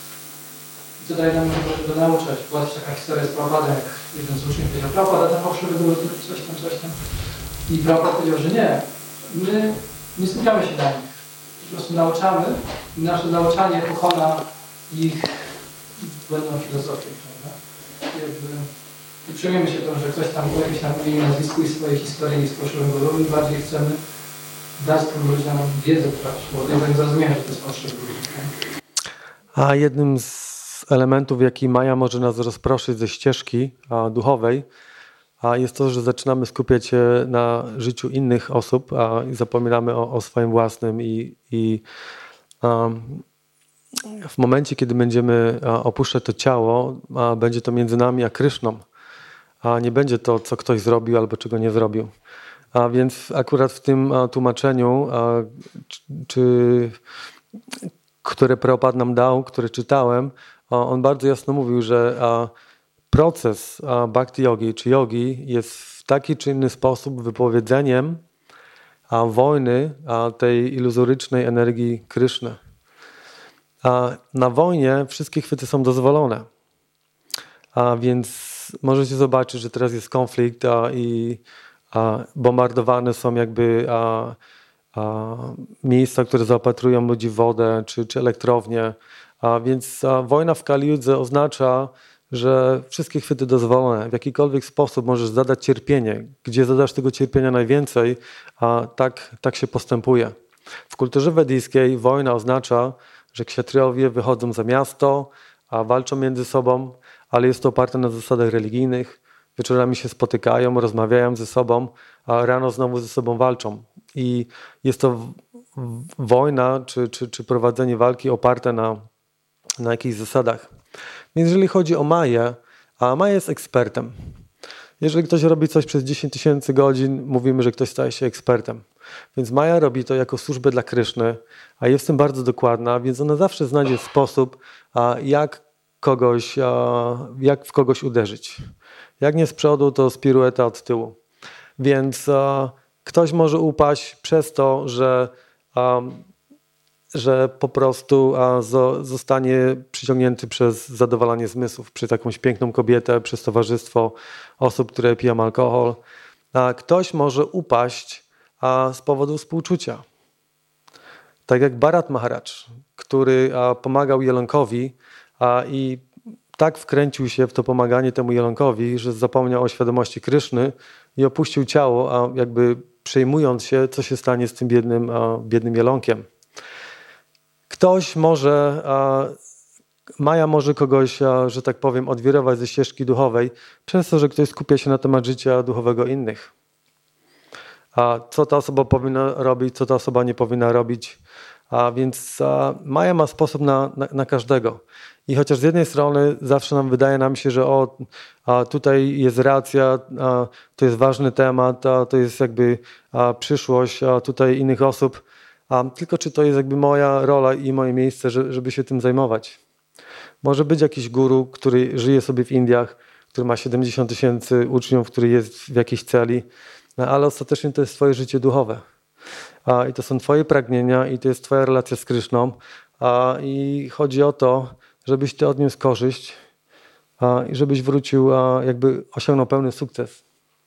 I to daje nam możliwość, żeby nauczać. Była też taka historia z Prabhupādem, jak jeden z uczniów powiedział, Prabhupada, ten fałszywy guru, coś tam, coś tam. I Prabhupada powiedział, że nie, my nie skupiamy się na nich. Po prostu nauczamy i nasze nauczanie pokona ich błędną filozofię, prawda? I jakby I przyjmiemy się to, że ktoś tam o jakimś tam imieniu, nazwisku i swojej historii z fałszywym guru, i bardziej chcemy dać tym ludziom wiedzę, bo nie tak zrozumiemy, że to jest fałszywy guru. A jednym z elementów, jaki Maja może nas rozproszyć ze ścieżki a, duchowej, a jest to, że zaczynamy skupiać się na życiu innych osób a, i zapominamy o, o swoim własnym i, i a, w momencie, kiedy będziemy a, opuszczać to ciało, a, będzie to między nami a Kryszną. A nie będzie to, co ktoś zrobił albo czego nie zrobił. A więc akurat w tym a, tłumaczeniu, a, czy, czy, które Prabhupada nam dał, które czytałem, a, on bardzo jasno mówił, że a, proces a, bhakti yogi czy yogi jest w taki czy inny sposób wypowiedzeniem a, wojny a, tej iluzorycznej energii Kryszny. A na wojnie wszystkie chwyty są dozwolone. A więc możecie zobaczyć, że teraz jest konflikt a, i a, bombardowane są jakby a, a, miejsca, które zaopatrują ludzi w wodę czy, czy elektrownie. A więc a, wojna w Kali Judze oznacza, że wszystkie chwyty dozwolone. W jakikolwiek sposób możesz zadać cierpienie. Gdzie zadasz tego cierpienia najwięcej, a tak, tak się postępuje. W kulturze wedyjskiej wojna oznacza, że kshatrijowie wychodzą za miasto, a walczą między sobą, ale jest to oparte na zasadach religijnych. Wieczorami się spotykają, rozmawiają ze sobą, a rano znowu ze sobą walczą. I jest to wojna czy, czy, czy prowadzenie walki oparte na, na jakichś zasadach. Więc jeżeli chodzi o Maję, a Maja jest ekspertem. Jeżeli ktoś robi coś przez dziesięć tysięcy godzin, mówimy, że ktoś staje się ekspertem. Więc Maja robi to jako służbę dla Kryszny, a jest w tym bardzo dokładna, więc ona zawsze znajdzie sposób, jak kogoś, jak w kogoś uderzyć. Jak nie z przodu, to z pirueta od tyłu. Więc ktoś może upaść przez to, że, że po prostu zostanie przyciągnięty przez zadowalanie zmysłów, przez jakąś piękną kobietę, przez towarzystwo osób, które piją alkohol. A ktoś może upaść z powodu współczucia. Tak jak Bharat Maharaj, który pomagał Jelonkowi i tak wkręcił się w to pomaganie temu Jelonkowi, że zapomniał o świadomości Kryszny i opuścił ciało, a jakby przejmując się, co się stanie z tym biednym, biednym Jelonkiem. Ktoś może, Maja może kogoś, że tak powiem, odwirować ze ścieżki duchowej przez to, że ktoś skupia się na temat życia duchowego innych. A co ta osoba powinna robić, co ta osoba nie powinna robić. A więc a, Maja ma sposób na, na, na każdego. I chociaż z jednej strony zawsze nam wydaje nam się, że o, a tutaj jest racja, a, to jest ważny temat, a, to jest jakby a, przyszłość a tutaj innych osób, a, tylko czy to jest jakby moja rola i moje miejsce, że, żeby się tym zajmować. Może być jakiś guru, który żyje sobie w Indiach, który ma siedemdziesiąt tysięcy uczniów, który jest w jakiejś celi, no, ale ostatecznie to jest twoje życie duchowe. A, I to są twoje pragnienia i to jest twoja relacja z Kryszną. A, I chodzi o to, żebyś ty odniósł korzyść a, i żebyś wrócił, a, jakby osiągnął pełny sukces.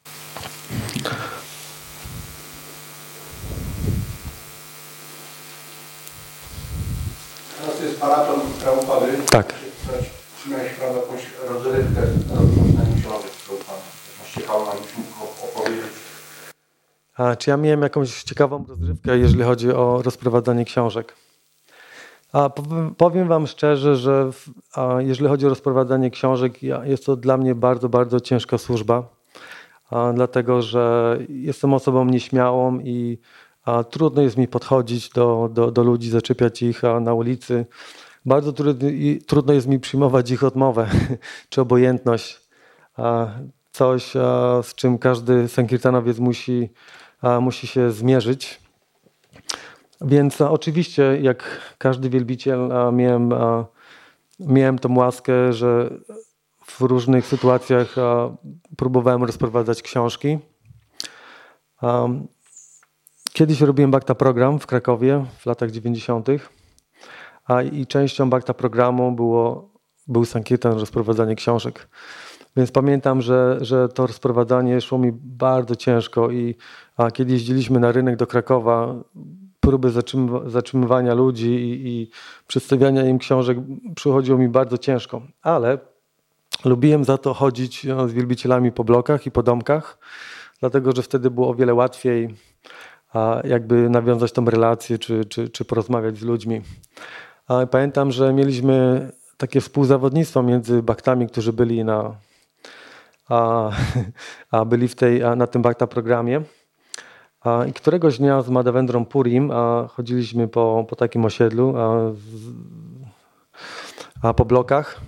Teraz jest maraton Prabhupady. Tak. Czy miałeś prawo jakąś rozrywkę rozpoczynania książek Prabhupady? Masz ciekawą na nich opowiedzieć? A czy ja miałem jakąś ciekawą rozrywkę, jeżeli chodzi o rozprowadzanie książek? A powiem, powiem wam szczerze, że w, a jeżeli chodzi o rozprowadzanie książek, ja, jest to dla mnie bardzo, bardzo ciężka służba, a, dlatego że jestem osobą nieśmiałą i a, trudno jest mi podchodzić do, do, do ludzi, zaczepiać ich a, na ulicy. Bardzo trudno, i, trudno jest mi przyjmować ich odmowę czy obojętność. A, coś, a, z czym każdy sankirtanowiec musi, a, musi się zmierzyć. Więc a, oczywiście, jak każdy wielbiciel, a, miałem, a, miałem tą łaskę, że w różnych sytuacjach a, próbowałem rozprowadzać książki. A, kiedyś robiłem Bhakta program w Krakowie w latach dziewięćdziesiątych. A, i częścią Bhakta programu było, był sankirtan, rozprowadzanie książek. Więc pamiętam, że, że to rozprowadzanie szło mi bardzo ciężko i a, kiedy jeździliśmy na rynek do Krakowa, próby zatrzym- zatrzymywania ludzi i, i przedstawiania im książek przychodziło mi bardzo ciężko. Ale lubiłem za to chodzić no, z wielbicielami po blokach i po domkach, dlatego że wtedy było o wiele łatwiej a, jakby nawiązać tą relację czy, czy, czy porozmawiać z ludźmi. A, pamiętam, że mieliśmy takie współzawodnictwo między baktami, którzy byli na, a, a byli w tej, a, na tym Bhakta programie. A, I któregoś dnia z Madhavendrą Purim a, chodziliśmy po, po takim osiedlu, a, z, a po blokach.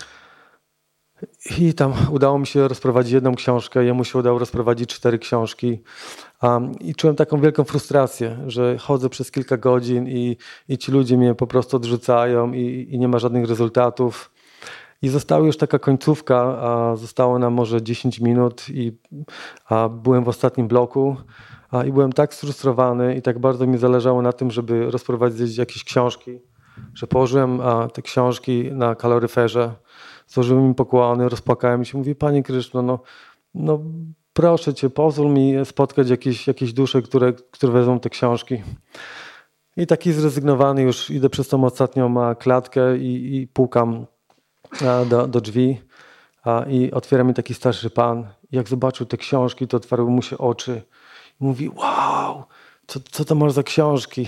I tam udało mi się rozprowadzić jedną książkę, jemu się udało rozprowadzić cztery książki. Um, I czułem taką wielką frustrację, że chodzę przez kilka godzin i, i ci ludzie mnie po prostu odrzucają i, i nie ma żadnych rezultatów. I została już taka końcówka, a zostało nam może dziesięć minut i a byłem w ostatnim bloku a, i byłem tak sfrustrowany i tak bardzo mi zależało na tym, żeby rozprowadzić jakieś książki, że położyłem a, te książki na kaloryferze, złożyłem im pokłony, rozpłakałem się. Mówi, Panie Kryszno, no, no proszę Cię, pozwól mi spotkać jakieś, jakieś dusze, które, które wezmą te książki. I taki zrezygnowany już idę przez tą ostatnią klatkę i, i pukam do, do drzwi a, i otwiera mi taki starszy pan. I jak zobaczył te książki, to otwarły mu się oczy. I mówi, wow, co, co to masz za książki?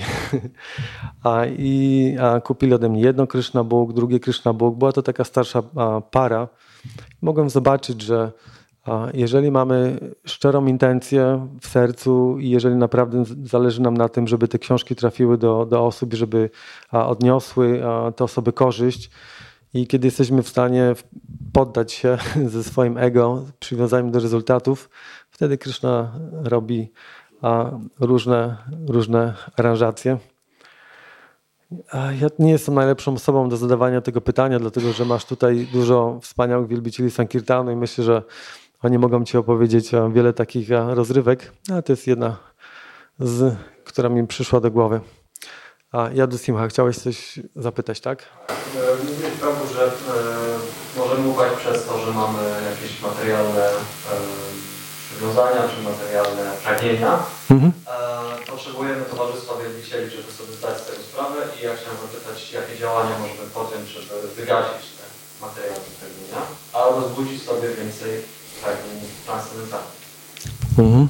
a, I a, kupili ode mnie jedno Krishna Book, drugie Krishna Book. Była to taka starsza a, para. Mogłem zobaczyć, że a, jeżeli mamy szczerą intencję w sercu i jeżeli naprawdę zależy nam na tym, żeby te książki trafiły do, do osób, żeby a, odniosły a, te osoby korzyść, i kiedy jesteśmy w stanie poddać się ze swoim ego, przywiązaniem do rezultatów, wtedy Kryszna robi a, różne, różne aranżacje. A ja nie jestem najlepszą osobą do zadawania tego pytania, dlatego że masz tutaj dużo wspaniałych wielbicieli Sankirtanu i myślę, że oni mogą Ci opowiedzieć wiele takich rozrywek, ale to jest jedna, z, która mi przyszła do głowy. A Yadu Simha, chciałeś coś zapytać, tak? Mówię prawdę, że e, możemy upaść przez to, że mamy jakieś materialne e, przywiązania czy materialne pragnienia. Mhm. E, potrzebujemy towarzystwa wielbicieli, żeby sobie zdać z tego sprawę i ja chciałem zapytać, jakie działania możemy podjąć, żeby wygasić te materialne pragnienia, a rozbudzić sobie więcej pragnień transcendentalnych. Mhm.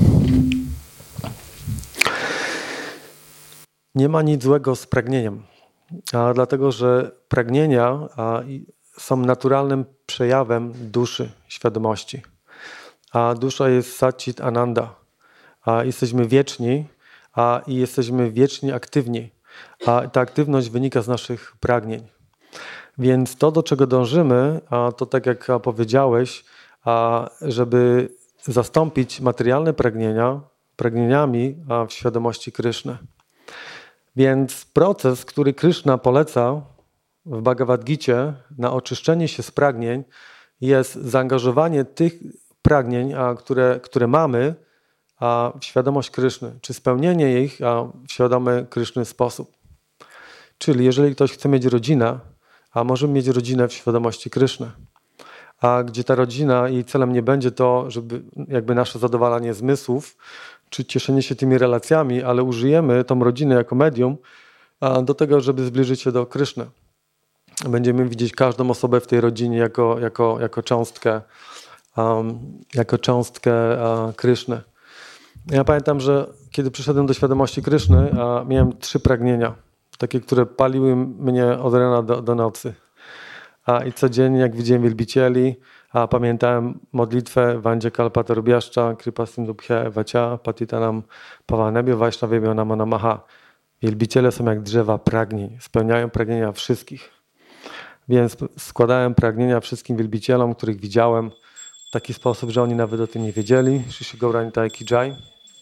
Nie ma nic złego z pragnieniem, a dlatego że pragnienia a, są naturalnym przejawem duszy, świadomości. A dusza jest Satchit Ananda. A jesteśmy wieczni a, i jesteśmy wiecznie aktywni. A ta aktywność wynika z naszych pragnień. Więc to, do czego dążymy, a to tak jak powiedziałeś, a, żeby zastąpić materialne pragnienia pragnieniami a, w świadomości Kryszny. Więc proces, który Kryszna poleca w Bhagavad Gicie na oczyszczenie się z pragnień jest zaangażowanie tych pragnień, a, które, które mamy, a, w świadomość Kryszny, czy spełnienie ich a, w świadomy Kryszny sposób. Czyli jeżeli ktoś chce mieć rodzinę, a może mieć rodzinę w świadomości Kryszny, a gdzie ta rodzina, jej celem nie będzie to, żeby jakby nasze zadowalanie zmysłów, czy cieszenie się tymi relacjami, ale użyjemy tą rodzinę jako medium a, do tego, żeby zbliżyć się do Kryszny. Będziemy widzieć każdą osobę w tej rodzinie jako, jako, jako cząstkę, um, jako cząstkę uh, Kryszny. Ja pamiętam, że kiedy przyszedłem do świadomości Kryszny, uh, miałem trzy pragnienia, takie, które paliły mnie od rana do, do nocy. A, I codziennie, jak widziałem wielbicieli, a, pamiętałem modlitwę Vandya Kalpatarubhyascha, Kripa Sindubhya Vacha, Patitanam Pavanebhyo Vaishnavebhyo Namo Namaha. Wielbiciele są jak drzewa pragnień, spełniają pragnienia wszystkich. Więc składałem pragnienia wszystkim wielbicielom, których widziałem w taki sposób, że oni nawet o tym nie wiedzieli. Shri Gauranitai Ki Jai.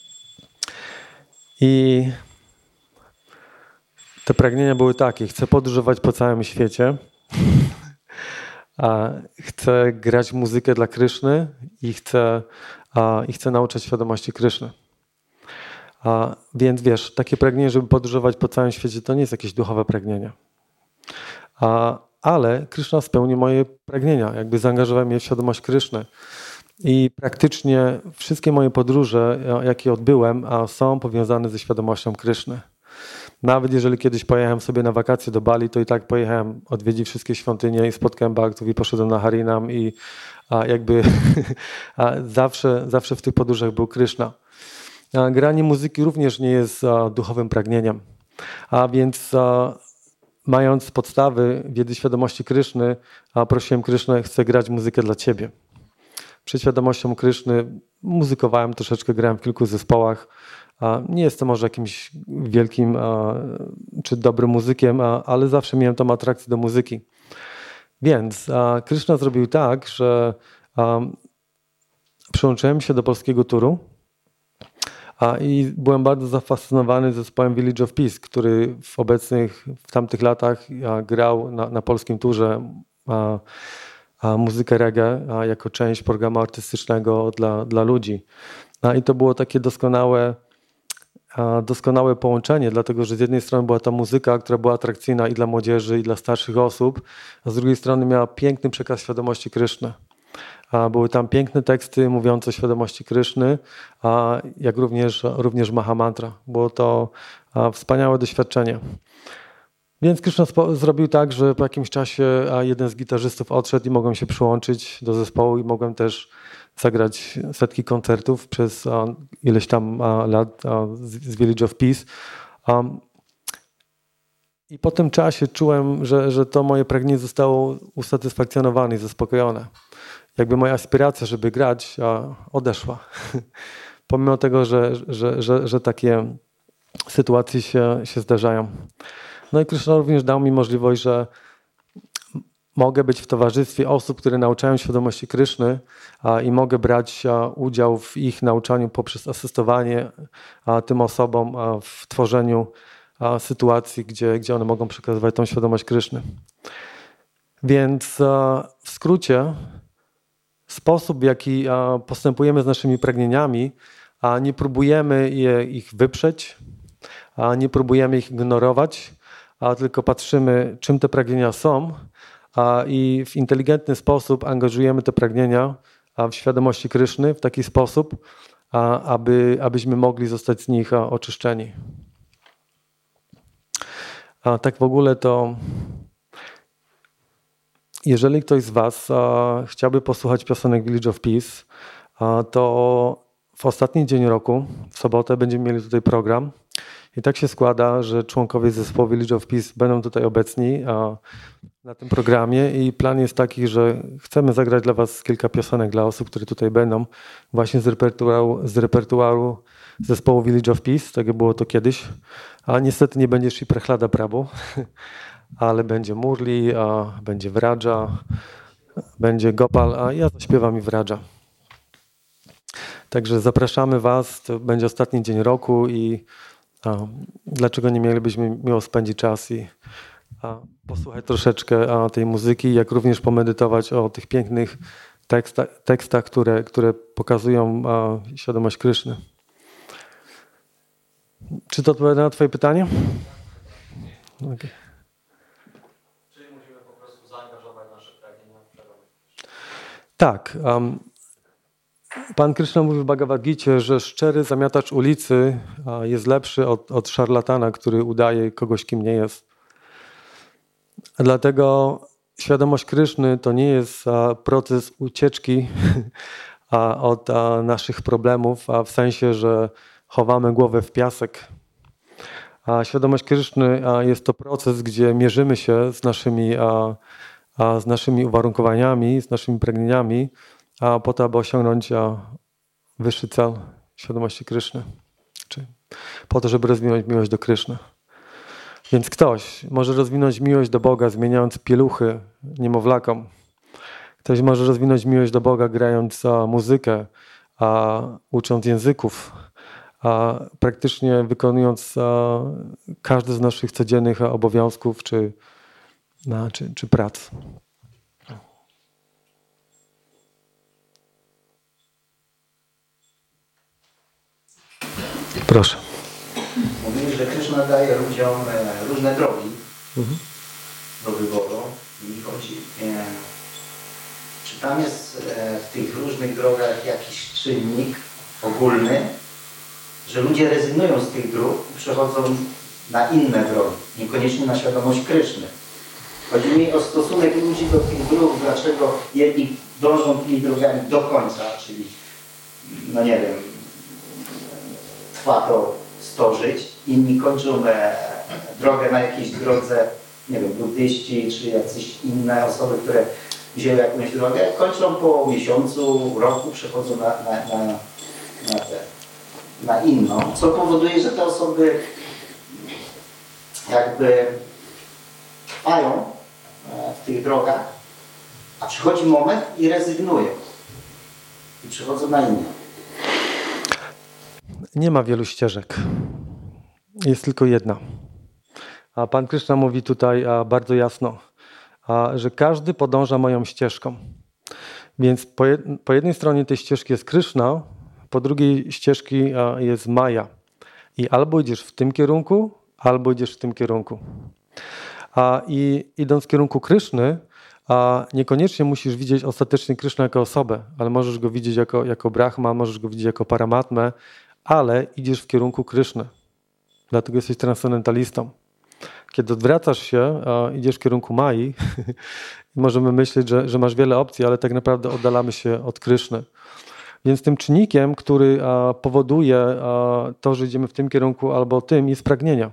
I te pragnienia były takie. Chcę podróżować po całym świecie. A chcę grać muzykę dla Kryszny i chcę, a, i chcę nauczać świadomości Kryszny. A, więc wiesz, takie pragnienie, żeby podróżować po całym świecie, to nie jest jakieś duchowe pragnienie. A, ale Kryszna spełni moje pragnienia, jakby zaangażował mnie w świadomość Kryszny. I praktycznie wszystkie moje podróże, jakie odbyłem, są powiązane ze świadomością Kryszny. Nawet jeżeli kiedyś pojechałem sobie na wakacje do Bali, to i tak pojechałem odwiedzić wszystkie świątynie i spotkałem Bhaktów i poszedłem na Harinam i a jakby a zawsze, zawsze w tych podróżach był Kryszna. A granie muzyki również nie jest a, duchowym pragnieniem. A więc a, mając podstawy wiedzy świadomości Kryszny, a prosiłem Krysznę, chcę grać muzykę dla Ciebie. Przed świadomością Kryszny muzykowałem troszeczkę, grałem w kilku zespołach. Nie jestem może jakimś wielkim czy dobrym muzykiem, ale zawsze miałem tą atrakcję do muzyki. Więc Kryszna zrobił tak, że przyłączyłem się do polskiego turu i byłem bardzo zafascynowany zespołem Village of Peace, który w obecnych, w tamtych latach grał na, na polskim turze muzykę reggae jako część programu artystycznego dla, dla ludzi. I to było takie doskonałe doskonałe połączenie, dlatego że z jednej strony była ta muzyka, która była atrakcyjna i dla młodzieży, i dla starszych osób, a z drugiej strony miała piękny przekaz świadomości Kryszny. Były tam piękne teksty mówiące o świadomości Kryszny, jak również, również Mahamantra. Było to wspaniałe doświadczenie. Więc Kryszna zrobił tak, że po jakimś czasie jeden z gitarzystów odszedł i mogłem się przyłączyć do zespołu i mogłem też zagrać setki koncertów przez ileś tam lat z Village of Peace. I po tym czasie czułem, że, że to moje pragnienie zostało usatysfakcjonowane i zaspokojone. Jakby moja aspiracja, żeby grać, odeszła. Pomimo tego, że, że, że, że takie sytuacje się, się zdarzają. No i Kryszna również dał mi możliwość, że mogę być w towarzystwie osób, które nauczają świadomości Kryszny a, i mogę brać a, udział w ich nauczaniu poprzez asystowanie a, tym osobom a, w tworzeniu a, sytuacji, gdzie, gdzie one mogą przekazywać tą świadomość Kryszny. Więc a, w skrócie sposób, w jaki a, postępujemy z naszymi pragnieniami, a nie próbujemy je, ich wyprzeć, a nie próbujemy ich ignorować, a tylko patrzymy, czym te pragnienia są, a i w inteligentny sposób angażujemy te pragnienia w świadomości Kryszny w taki sposób, a, aby, abyśmy mogli zostać z nich oczyszczeni. A tak w ogóle to, jeżeli ktoś z Was a, chciałby posłuchać piosenek Village of Peace, a, to w ostatni dzień roku, w sobotę, będziemy mieli tutaj program. I tak się składa, że członkowie zespołu Village of Peace będą tutaj obecni a, na tym programie i plan jest taki, że chcemy zagrać dla Was kilka piosenek dla osób, które tutaj będą, właśnie z repertuaru, z repertuaru zespołu Village of Peace, tak jak było to kiedyś. A niestety nie będzie Shri Prahlada Prabhu, ale będzie Murli, a będzie Vraja, będzie Gopal, a ja zaśpiewam i Vraja. Także zapraszamy Was, to będzie ostatni dzień roku i a, dlaczego nie mielibyśmy miło spędzić czas i a, posłuchać troszeczkę a, tej muzyki, jak również pomedytować o tych pięknych teksta, tekstach, które, które pokazują a, świadomość Kryszny. Czy to odpowiada na twoje pytanie? Okay. Czyli musimy po prostu zaangażować nasze pragnienia w przerobienie. Tak. Um, Pan Kryszna mówi w Bhagavad Gicie, że szczery zamiatacz ulicy a, jest lepszy od, od szarlatana, który udaje kogoś, kim nie jest. Dlatego świadomość Kryszny to nie jest a, proces ucieczki a, od a, naszych problemów, a w sensie, że chowamy głowę w piasek. A świadomość Kryszny a, jest to proces, gdzie mierzymy się z naszymi, a, a, z naszymi uwarunkowaniami, z naszymi pragnieniami, a po to, aby osiągnąć a, wyższy cel świadomości Kryszny. Czy po to, żeby rozwinąć miłość do Kryszny. Więc ktoś może rozwinąć miłość do Boga, zmieniając pieluchy niemowlakom. Ktoś może rozwinąć miłość do Boga, grając a, muzykę, a, ucząc języków, a praktycznie wykonując a, każdy z naszych codziennych obowiązków czy, a, czy, czy prac. Proszę. Mówili, że Kryszna daje ludziom e, różne drogi Mhm. do wyboru. I chodzi, e, czy tam jest e, w tych różnych drogach jakiś czynnik ogólny, że ludzie rezygnują z tych dróg i przechodzą na inne drogi, niekoniecznie na świadomość Kryszny. Chodzi mi o stosunek ludzi do tych dróg, dlaczego jedni dążą tymi drogami do końca, czyli, no nie wiem, trwa to sto żyć, inni kończą e, drogę na jakiejś drodze, nie wiem, buddyści czy jacyś inne osoby, które wzięły jakąś drogę, kończą po miesiącu, roku, przechodzą na, na, na, na, te, na inną, co powoduje, że te osoby jakby trwają w tych drogach, a przychodzi moment i rezygnują i przechodzą na inną. Nie ma wielu ścieżek. Jest tylko jedna. A Pan Kryszna mówi tutaj a, bardzo jasno, a, że każdy podąża moją ścieżką. Więc po, jed, po jednej stronie tej ścieżki jest Kryszna, po drugiej ścieżki a, jest Maja. I albo idziesz w tym kierunku, albo idziesz w tym kierunku. A, I idąc w kierunku Kryszny, a niekoniecznie musisz widzieć ostatecznie Kryszna jako osobę, ale możesz go widzieć jako, jako Brahma, możesz go widzieć jako Paramatmę, ale idziesz w kierunku Kryszny. Dlatego jesteś transcendentalistą. Kiedy odwracasz się, a idziesz w kierunku Mai, możemy myśleć, że, że masz wiele opcji, ale tak naprawdę oddalamy się od Kryszny. Więc tym czynnikiem, który a, powoduje a, to, że idziemy w tym kierunku albo tym, jest pragnienie.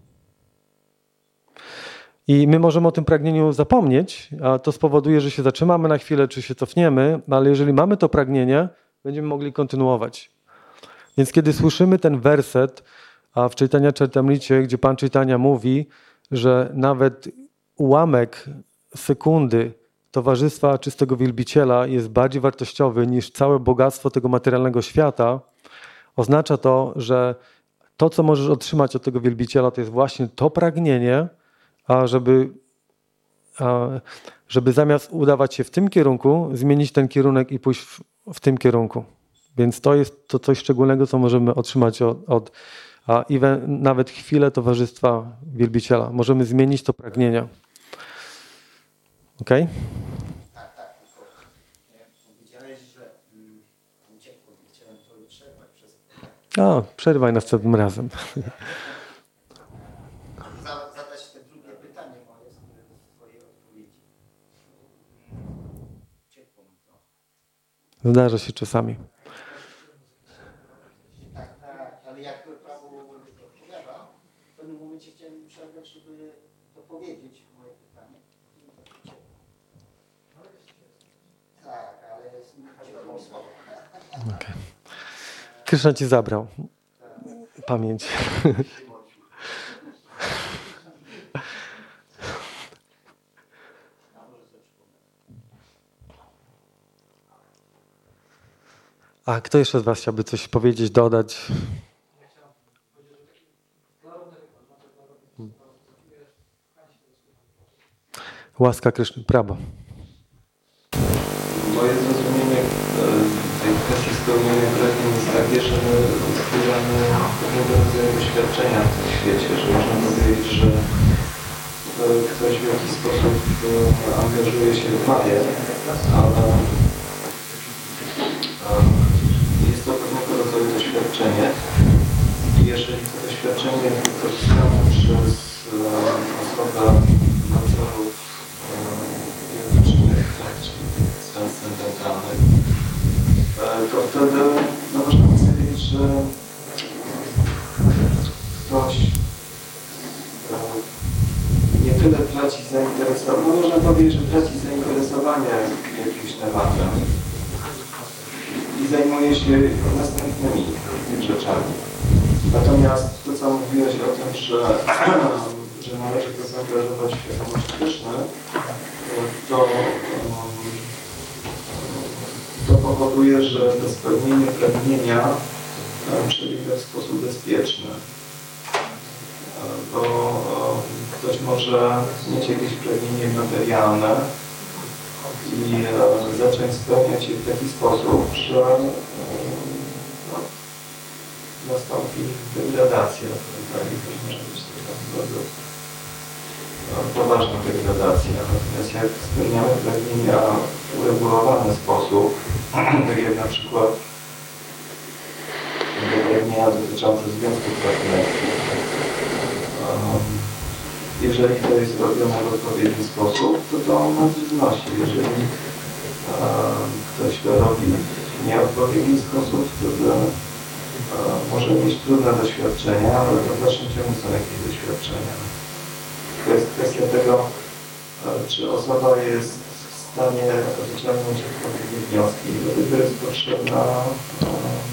I my możemy o tym pragnieniu zapomnieć, a to spowoduje, że się zatrzymamy na chwilę, czy się cofniemy, ale jeżeli mamy to pragnienie, będziemy mogli kontynuować. Więc kiedy słyszymy ten werset a w Chaitanya Charitamrita, gdzie Pan Chaitanya mówi, że nawet ułamek sekundy towarzystwa czystego wielbiciela jest bardziej wartościowy niż całe bogactwo tego materialnego świata, oznacza to, że to, co możesz otrzymać od tego wielbiciela, to jest właśnie to pragnienie, a żeby, a żeby zamiast udawać się w tym kierunku, zmienić ten kierunek i pójść w, w tym kierunku. Więc to jest to coś szczególnego, co możemy otrzymać od, od a even, nawet chwilę towarzystwa wielbiciela. Możemy zmienić to pragnienie. Okej? Okay? Tak, tak, tylko powiedziałeś, że um, uciekło, chciałem to przerwać przez... A, przerwaj następnym razem. Zadać te drugie pytanie moje z twojej odpowiedzi. Uciekło mi to. Zdarza się czasami. Tak, tak, ale jak prawo odpowiada, w pewnym momencie chciałem przerwać, żeby dopowiedzieć moje pytanie. Tak, ale jest uciekło mi słowo. Okay. Kryszna ci zabrał pamięć. A kto jeszcze z was chciałby coś powiedzieć, dodać? Ja chciałem powiedzieć, że taki klarowny wykład, na pewno robię, Łaska Kryszny, prawo. Moje zrozumienie tej kwestii spełnienia pragnień jest takie, że my zbieramy pewnego rodzaju doświadczenia w tym świecie, że można powiedzieć, że ktoś w jakiś sposób angażuje się w magię, ale jest to pewnego rodzaju doświadczenie i jeżeli to doświadczenie jest wykorzystane przez osobę nadzorów fizycznych, czyli transcendentalnych, to wtedy no, można powiedzieć, że ktoś nie tyle traci zainteresowanie, no można powiedzieć, że traci zainteresowanie jakimś tematem i zajmuje się następnymi rzeczami. Natomiast to, co mówiłeś o tym, że, że należy to zaangażować w świadomość Kryszny, to, to powoduje, że to spełnienie pragnienia przebiega w sposób bezpieczny. Bo ktoś może mieć jakieś pragnienie materialne i zacząć spełniać je w taki sposób, że no, nastąpi degradacja. Tak, i to może być taka bardzo poważna degradacja. Natomiast jak spełniamy pragnienia w uregulowany sposób, tak jak na przykład pragnienia dotyczące związków partnerskich, jeżeli to jest robione w odpowiedni sposób, to to nas wznosi. Jeżeli a, ktoś to robi w nieodpowiedni sposób, to, to a, może mieć trudne doświadczenia, ale to w dalszym ciągu są jakieś doświadczenia. To jest kwestia tego, a, czy osoba jest w stanie wyciągnąć odpowiednie wnioski. Do tego jest potrzebna a,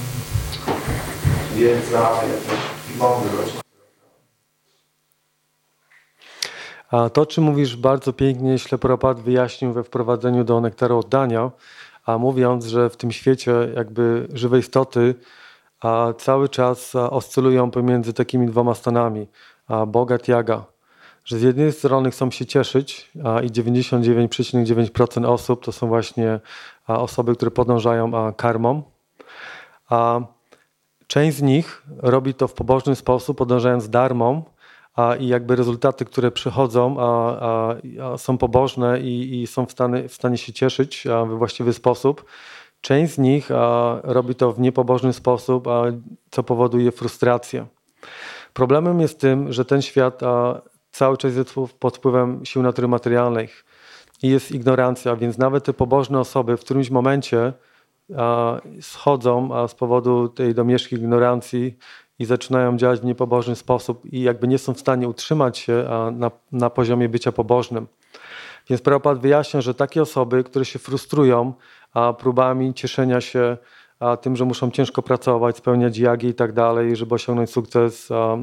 wiedza, jakaś mądrość. A to, czy mówisz bardzo pięknie, Śleporopad wyjaśnił we wprowadzeniu do Nektaru Oddania, a mówiąc, że w tym świecie jakby żywe istoty a cały czas oscylują pomiędzy takimi dwoma stanami, a Bogat, Jaga, że z jednej strony chcą się cieszyć a i dziewięćdziesiąt dziewięć przecinek dziewięć procent osób to są właśnie a osoby, które podążają a karmą, a część z nich robi to w pobożny sposób, podążając darmą, a i jakby rezultaty, które przychodzą, a, a, a są pobożne i, i są w stanie, w stanie się cieszyć a, we właściwy sposób. Część z nich a, robi to w niepobożny sposób, a, co powoduje frustrację. Problemem jest tym, że ten świat a, cały czas jest pod wpływem sił natury materialnych i jest ignorancja, więc nawet te pobożne osoby w którymś momencie a, schodzą a, z powodu tej domieszki ignorancji i zaczynają działać w niepobożny sposób i jakby nie są w stanie utrzymać się na, na poziomie bycia pobożnym. Więc Prabhupada wyjaśnia, że takie osoby, które się frustrują a, próbami cieszenia się a, tym, że muszą ciężko pracować, spełniać jagi i tak dalej, żeby osiągnąć sukces, a,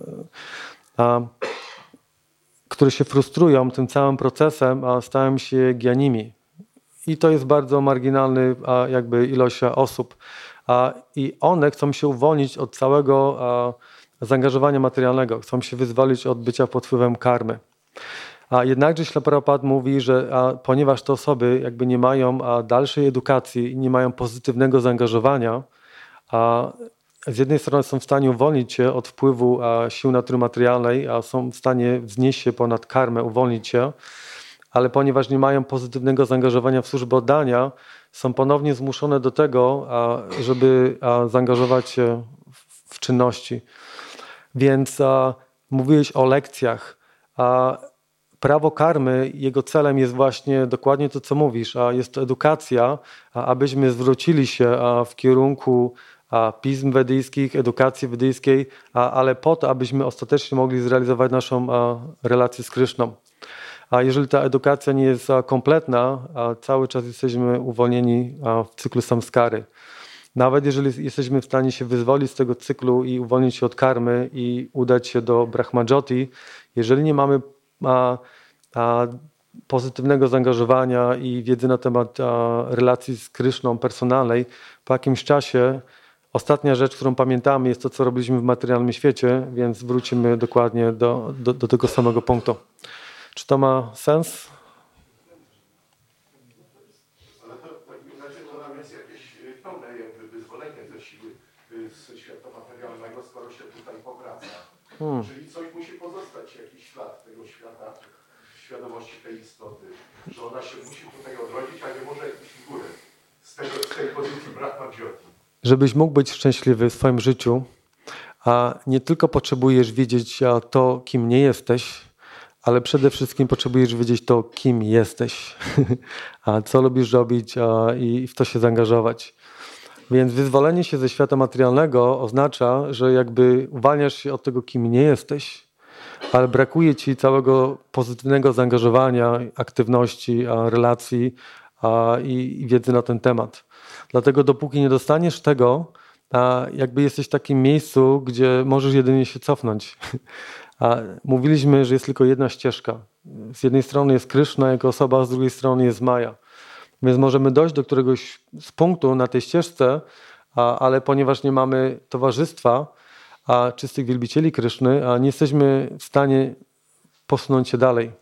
a, które się frustrują tym całym procesem, a stają się gjanimi. I to jest bardzo marginalny a, jakby ilość osób. I one chcą się uwolnić od całego zaangażowania materialnego, chcą się wyzwolić od bycia pod wpływem karmy. A jednakże Śleporopad mówi, że a, ponieważ te osoby jakby nie mają a, dalszej edukacji i nie mają pozytywnego zaangażowania, a z jednej strony są w stanie uwolnić się od wpływu a, sił natury materialnej, a są w stanie wznieść się ponad karmę, uwolnić się, ale ponieważ nie mają pozytywnego zaangażowania w służbę oddania, są ponownie zmuszone do tego, żeby zaangażować się w czynności. Więc a, mówiłeś o lekcjach. A prawo karmy, jego celem jest właśnie dokładnie to, co mówisz. A jest to edukacja, a abyśmy zwrócili się a, w kierunku a, pism wedyjskich, edukacji wedyjskiej, a, ale po to, abyśmy ostatecznie mogli zrealizować naszą a, relację z Kryszną. A jeżeli ta edukacja nie jest kompletna, a cały czas jesteśmy uwolnieni w cyklu samskary. Nawet jeżeli jesteśmy w stanie się wyzwolić z tego cyklu i uwolnić się od karmy i udać się do Brahmajyoti, jeżeli nie mamy a, a, pozytywnego zaangażowania i wiedzy na temat a, relacji z Kryszną personalnej, po jakimś czasie ostatnia rzecz, którą pamiętamy, jest to, co robiliśmy w materialnym świecie, więc wrócimy dokładnie do, do, do tego samego punktu. Czy to ma sens? Hmm. Czyli coś musi pozostać, jakiś ślad tego świata, świadomości tej istoty, że ona się musi tutaj odrodzić, a nie może iść w górę z, tego, z tej pozycji Brahma Jyoti. Żebyś mógł być szczęśliwy w swoim życiu, a nie tylko potrzebujesz wiedzieć to, kim nie jesteś, ale przede wszystkim potrzebujesz wiedzieć to, kim jesteś, a co lubisz robić a, i w to się zaangażować. Więc wyzwolenie się ze świata materialnego oznacza, że jakby uwalniasz się od tego, kim nie jesteś, ale brakuje ci całego pozytywnego zaangażowania, aktywności, a, relacji a, i, i wiedzy na ten temat. Dlatego dopóki nie dostaniesz tego, a jakby jesteś w takim miejscu, gdzie możesz jedynie się cofnąć. A mówiliśmy, że jest tylko jedna ścieżka. Z jednej strony jest Kryszna jako osoba, z drugiej strony jest Maja. Więc możemy dojść do któregoś z punktu na tej ścieżce, a, ale ponieważ nie mamy towarzystwa, a czystych wielbicieli Kryszny, a nie jesteśmy w stanie posunąć się dalej.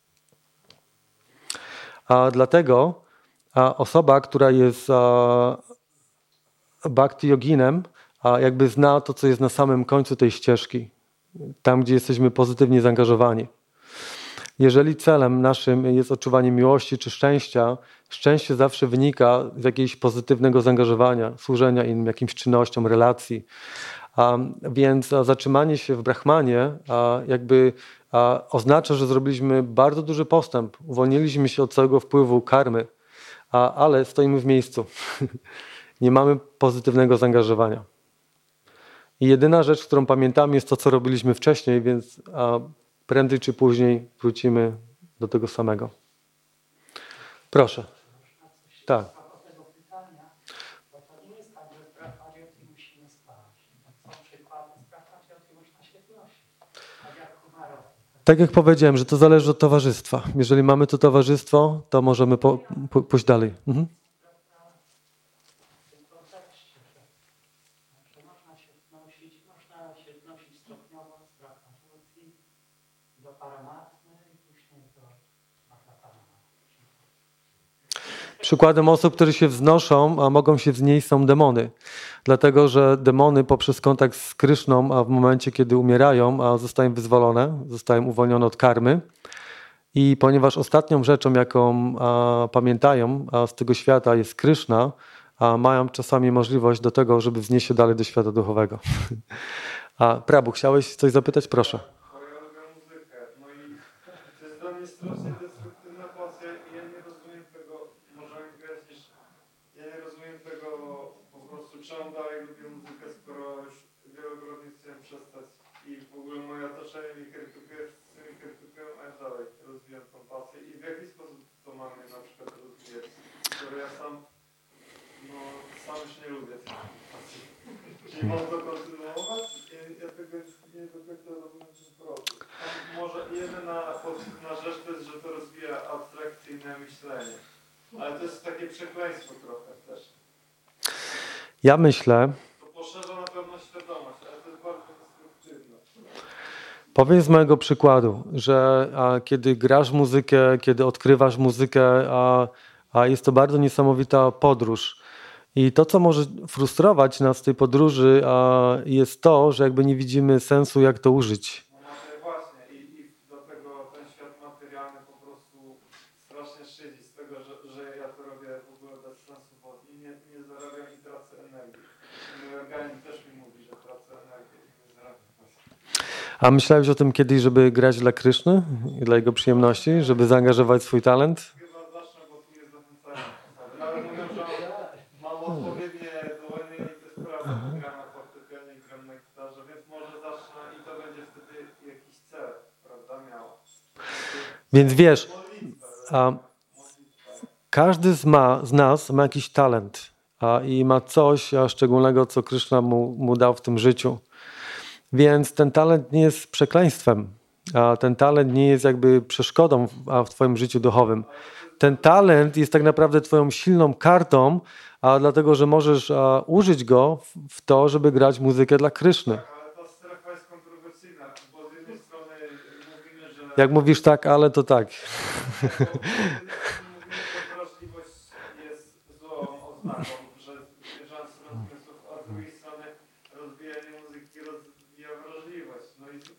A dlatego a osoba, która jest a, bhakti yoginem, a jakby zna to, co jest na samym końcu tej ścieżki, tam, gdzie jesteśmy pozytywnie zaangażowani. Jeżeli celem naszym jest odczuwanie miłości czy szczęścia, szczęście zawsze wynika z jakiegoś pozytywnego zaangażowania, służenia innym, jakimś czynnościom, relacji. A, więc a zatrzymanie się w Brahmanie a, jakby a, oznacza, że zrobiliśmy bardzo duży postęp. Uwolniliśmy się od całego wpływu karmy, a, ale stoimy w miejscu. Nie mamy pozytywnego zaangażowania. I jedyna rzecz, którą pamiętamy, jest to, co robiliśmy wcześniej, więc a, prędzej czy później wrócimy do tego samego. Proszę. Tak. Tego pytania, bo to nie jest tak, że w Brahma Jyoti musimy spać. Są przykłady z Brahma Jyoti można się wnosić. Tak jak Kumarowi. Tak jak powiedziałem, że to zależy od towarzystwa. Jeżeli mamy to towarzystwo, to możemy po, po, pójść dalej. Mhm. W tym kontekście, że, że można się wnosić, można się wnosić stopniowo z Brahma Jyoti do Paramatmy i później do Mahaparama. Przykładem osób, które się wznoszą, a mogą się wznieść, są demony. Dlatego, że demony poprzez kontakt z Kryszną, a w momencie, kiedy umierają, a zostają wyzwolone, zostają uwolnione od karmy. I ponieważ ostatnią rzeczą, jaką a, pamiętają a z tego świata jest Kryszna, a mają czasami możliwość do tego, żeby wznieść się dalej do świata duchowego. A Prabhu, chciałeś coś zapytać? Proszę. Ja lubię muzykę, no i to jest dla mnie strasznie destruktywna pasja i ja nie rozumiem tego, może mi wyjaśnisz, ja nie rozumiem tego po prostu, czemu dalej lubię muzykę, skoro już wielokrotnie chciałem przestać i w ogóle moje otoczenie mi krytykuje, wszyscy mi krytykują, a ja dalej rozwijam tą pasję i w jaki sposób to ma mnie na przykład rozwijać, skoro ja sam, no sam już nie lubię tej pasji. Czyli mam to kontynuować? Ja, ja tego nie do końca rozumiem ten problem. A może jedyna pozytywna rzecz to jest, że to rozwija abstrakcyjne myślenie. Ale to jest takie przekleństwo trochę też. Ja myślę, To poszerza na pewno świadomość, ale to jest bardzo destruktywne. powiem z mojego przykładu, że a, kiedy grasz muzykę, kiedy odkrywasz muzykę, a, a jest to bardzo niesamowita podróż. I to, co może frustrować nas w tej podróży, a, jest to, że jakby nie widzimy sensu, jak to użyć. No ale właśnie i, i dlatego ten świat materialny po prostu strasznie szydzi z tego, że, że ja to robię w ogóle bez sensu, bo i nie, nie zarabiam i tracę energię. Mój organizm też mi mówi, że tracę energię i nie zarabiam. A myślałeś o tym kiedyś, żeby grać dla Kryszny i dla jego przyjemności, żeby zaangażować swój talent? Chyba zacznę, bo tu jest zachęcające. Nawet mówią, że mam odpowiednie dłonie i te sprawy, gram na fortepianie i gram na gitarze, więc może zacznę i to będzie wtedy jakiś cel, prawda, miało. Więc wiesz, Modlitwa, a, każdy z, ma, z nas ma jakiś talent a, i ma coś a, szczególnego, co Kryszna mu, mu dał w tym życiu. Więc ten talent nie jest przekleństwem, a ten talent nie jest jakby przeszkodą w, a w twoim życiu duchowym. Ten talent jest tak naprawdę twoją silną kartą, a dlatego, że możesz a, użyć go w, w to, żeby grać muzykę dla Kryszny. ale ta strefa jest kontrowersyjna, bo z jednej strony mówimy, że... Jak mówisz tak, ale to tak. Bo z jednej strony mówimy, że wrażliwość jest złą oznaką, że zwierzęcy rozmysłów, a z drugiej strony rozwijanie muzyki rozwija wrażliwość. No i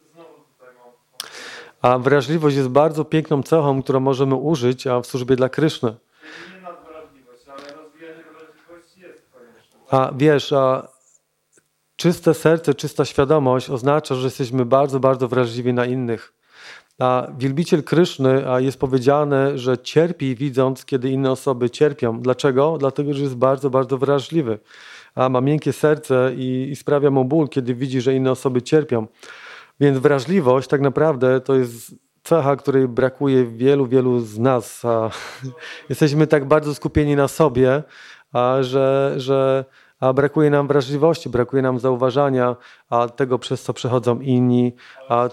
A wrażliwość jest bardzo piękną cechą, którą możemy użyć a w służbie dla Kryszny. Nie nadwrażliwość, ale rozwijanie wrażliwości jest konieczne. A wiesz, a czyste serce, czysta świadomość oznacza, że jesteśmy bardzo, bardzo wrażliwi na innych. A wielbiciel Kryszny a jest powiedziane, że cierpi widząc, kiedy inne osoby cierpią. Dlaczego? Dlatego, że jest bardzo, bardzo wrażliwy. A ma miękkie serce i, i sprawia mu ból, kiedy widzi, że inne osoby cierpią. Więc wrażliwość tak naprawdę to jest cecha, której brakuje wielu, wielu z nas. A jesteśmy tak bardzo skupieni na sobie, a że, że a brakuje nam wrażliwości, brakuje nam zauważania a tego, przez co przechodzą inni. A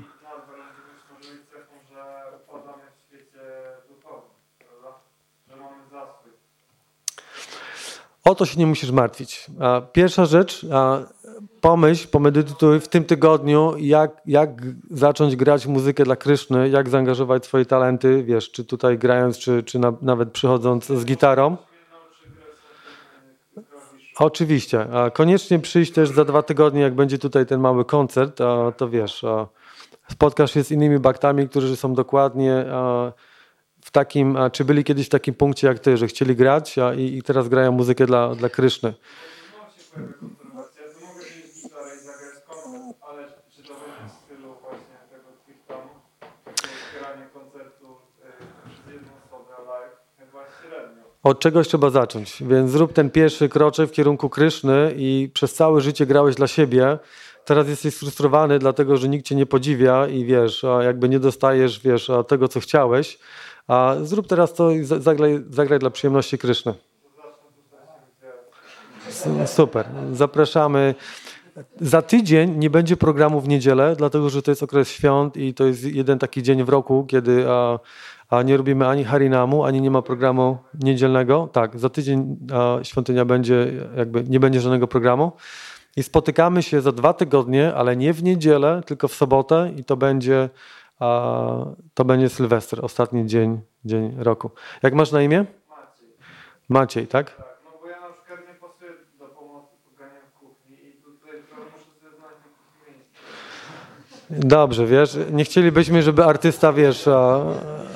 o to się nie musisz martwić. Pierwsza rzecz, pomyśl, pomedytuj w tym tygodniu, jak, jak zacząć grać muzykę dla Kryszny, jak zaangażować swoje talenty, wiesz, czy tutaj grając, czy, czy na, nawet przychodząc z gitarą. Oczywiście. Koniecznie przyjść też za dwa tygodnie, jak będzie tutaj ten mały koncert, to wiesz, spotkasz się z innymi baktami, którzy są dokładnie w takim, czy byli kiedyś w takim punkcie jak ty, że chcieli grać a, i, i teraz grają muzykę dla, dla Kryszny. Od czegoś trzeba zacząć, więc zrób ten pierwszy kroczek w kierunku Kryszny i przez całe życie grałeś dla siebie. Teraz jesteś sfrustrowany, dlatego że nikt cię nie podziwia i wiesz, a jakby nie dostajesz wiesz, a tego, co chciałeś. A zrób teraz to i zagraj, zagraj dla przyjemności Kryszny. Super. Zapraszamy. Za tydzień nie będzie programu w niedzielę, dlatego że to jest okres świąt i to jest jeden taki dzień w roku, kiedy a, a nie robimy ani Harinamu, ani nie ma programu niedzielnego. Tak, za tydzień a, świątynia będzie, jakby nie będzie żadnego programu. I spotykamy się za dwa tygodnie, ale nie w niedzielę, tylko w sobotę i to będzie, a, to będzie Sylwester, ostatni dzień, dzień roku. Jak masz na imię? Maciej. Maciej, tak? Tak, no bo ja na przykład nie pasuję do pomocy pogania w kuchni i tutaj muszę sobie znaleźć jakieś miejsce. Dobrze, wiesz, nie chcielibyśmy, żeby artysta, wiesz... A... No,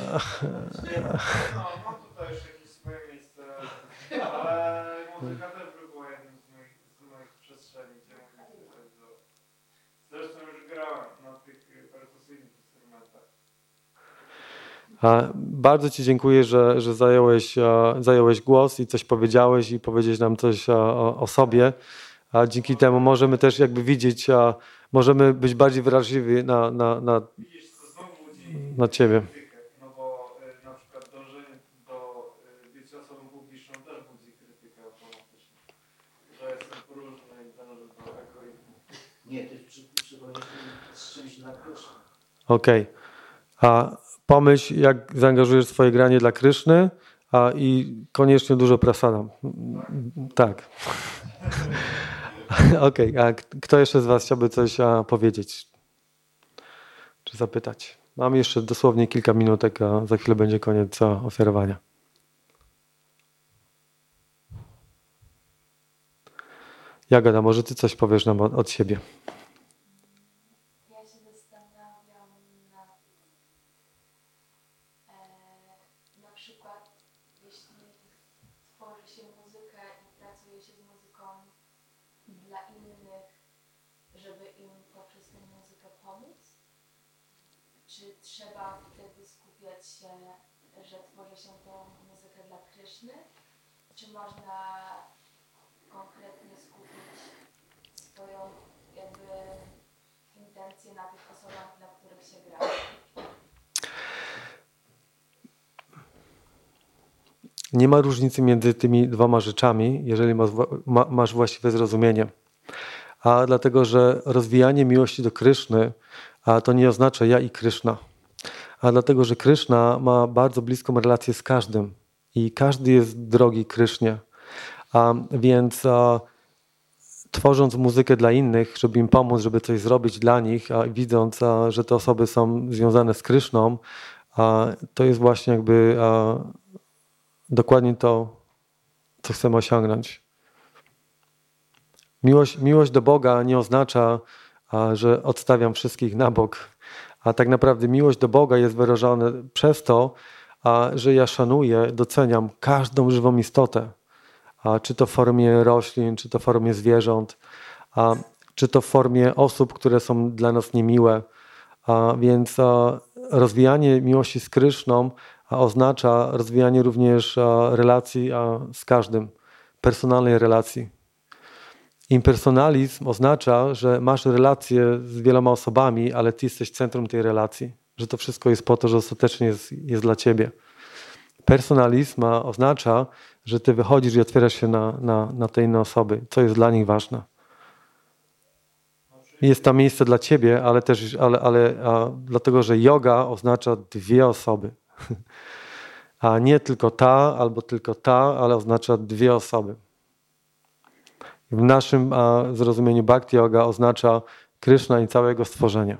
mam tutaj już jakieś swoje miejsce, ale muzyka też by była jednym z moich, z moich przestrzeni, gdzie mogę pisać do... Zresztą już grałem na tych perkusyjnych instrumentach. A, bardzo ci dziękuję, że, że zająłeś, a, zająłeś głos i coś powiedziałeś i powiedzieć nam coś a, o, o sobie. A dzięki temu możemy też jakby widzieć, a, możemy być bardziej wrażliwi na, na, na, Widzisz, to znowu budzi na ciebie. krytykę, no bo y, na przykład dążenie do y, bycia osobą publiczną też budzi krytykę automatycznie. Że jestem próżny i dążę do egoizmu. Nie, ty przypomniałeś z czymś dla Kryszny. Okej. A pomyśl, jak zaangażujesz swoje granie dla Kryszny a, i koniecznie dużo prasadam. Tak. Okej, okay. A kto jeszcze z was chciałby coś a, powiedzieć? Czy zapytać? Mam jeszcze dosłownie kilka minutek, a za chwilę będzie koniec a, ofiarowania. Jagoda, może ty coś powiesz nam od, od siebie? Ja się zastanawiam nad, e, na przykład, jeśli tworzy się muzykę i pracuje się z muzyką dla innych, żeby im poprzez tę muzykę pomóc, czy trzeba wtedy skupiać się, że tworzy się tą muzykę dla Kryszny, czy można konkretnie skupić swoją jakby intencje na tych osobach, dla których się gra? Nie ma różnicy między tymi dwoma rzeczami, jeżeli masz, ma, masz właściwe zrozumienie. A dlatego, że rozwijanie miłości do Kryszny, a to nie oznacza ja i Kryszna. A dlatego, że Kryszna ma bardzo bliską relację z każdym i każdy jest drogi Krysznie. A więc a, tworząc muzykę dla innych, żeby im pomóc, żeby coś zrobić dla nich, a widząc, a, że te osoby są związane z Kryszną, a, to jest właśnie jakby a, dokładnie to, co chcemy osiągnąć. Miłość, miłość do Boga nie oznacza, a, że odstawiam wszystkich na bok, A tak naprawdę miłość do Boga jest wyrażona przez to, a, że ja szanuję, doceniam każdą żywą istotę. A, czy to w formie roślin, czy to w formie zwierząt, a, czy to w formie osób, które są dla nas niemiłe. A, więc a, rozwijanie miłości z Kryszną a, oznacza rozwijanie również a, relacji a, z każdym, personalnej relacji. Impersonalizm oznacza, że masz relacje z wieloma osobami, ale ty jesteś centrum tej relacji. Że to wszystko jest po to, że ostatecznie jest, jest dla ciebie. Personalizm oznacza, że ty wychodzisz i otwierasz się na, na, na te inne osoby, co jest dla nich ważne. Jest tam miejsce dla ciebie, ale też ale, ale, a, dlatego, że yoga oznacza dwie osoby. A nie tylko ta albo tylko ta, ale oznacza dwie osoby. W naszym a, zrozumieniu Bhakti Yoga oznacza Kryszna i całego stworzenia.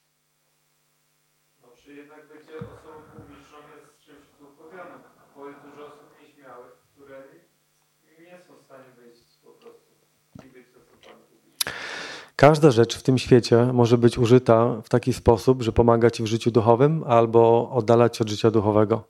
No, czy jednak bycie osobą publiczną jest czymś uduchowionym, bo jest dużo osób nieśmiałych, które nie są w stanie wyjść po prostu i być osobami publicznymi. Każda rzecz w tym świecie może być użyta w taki sposób, że pomaga ci w życiu duchowym albo oddala cię od życia duchowego.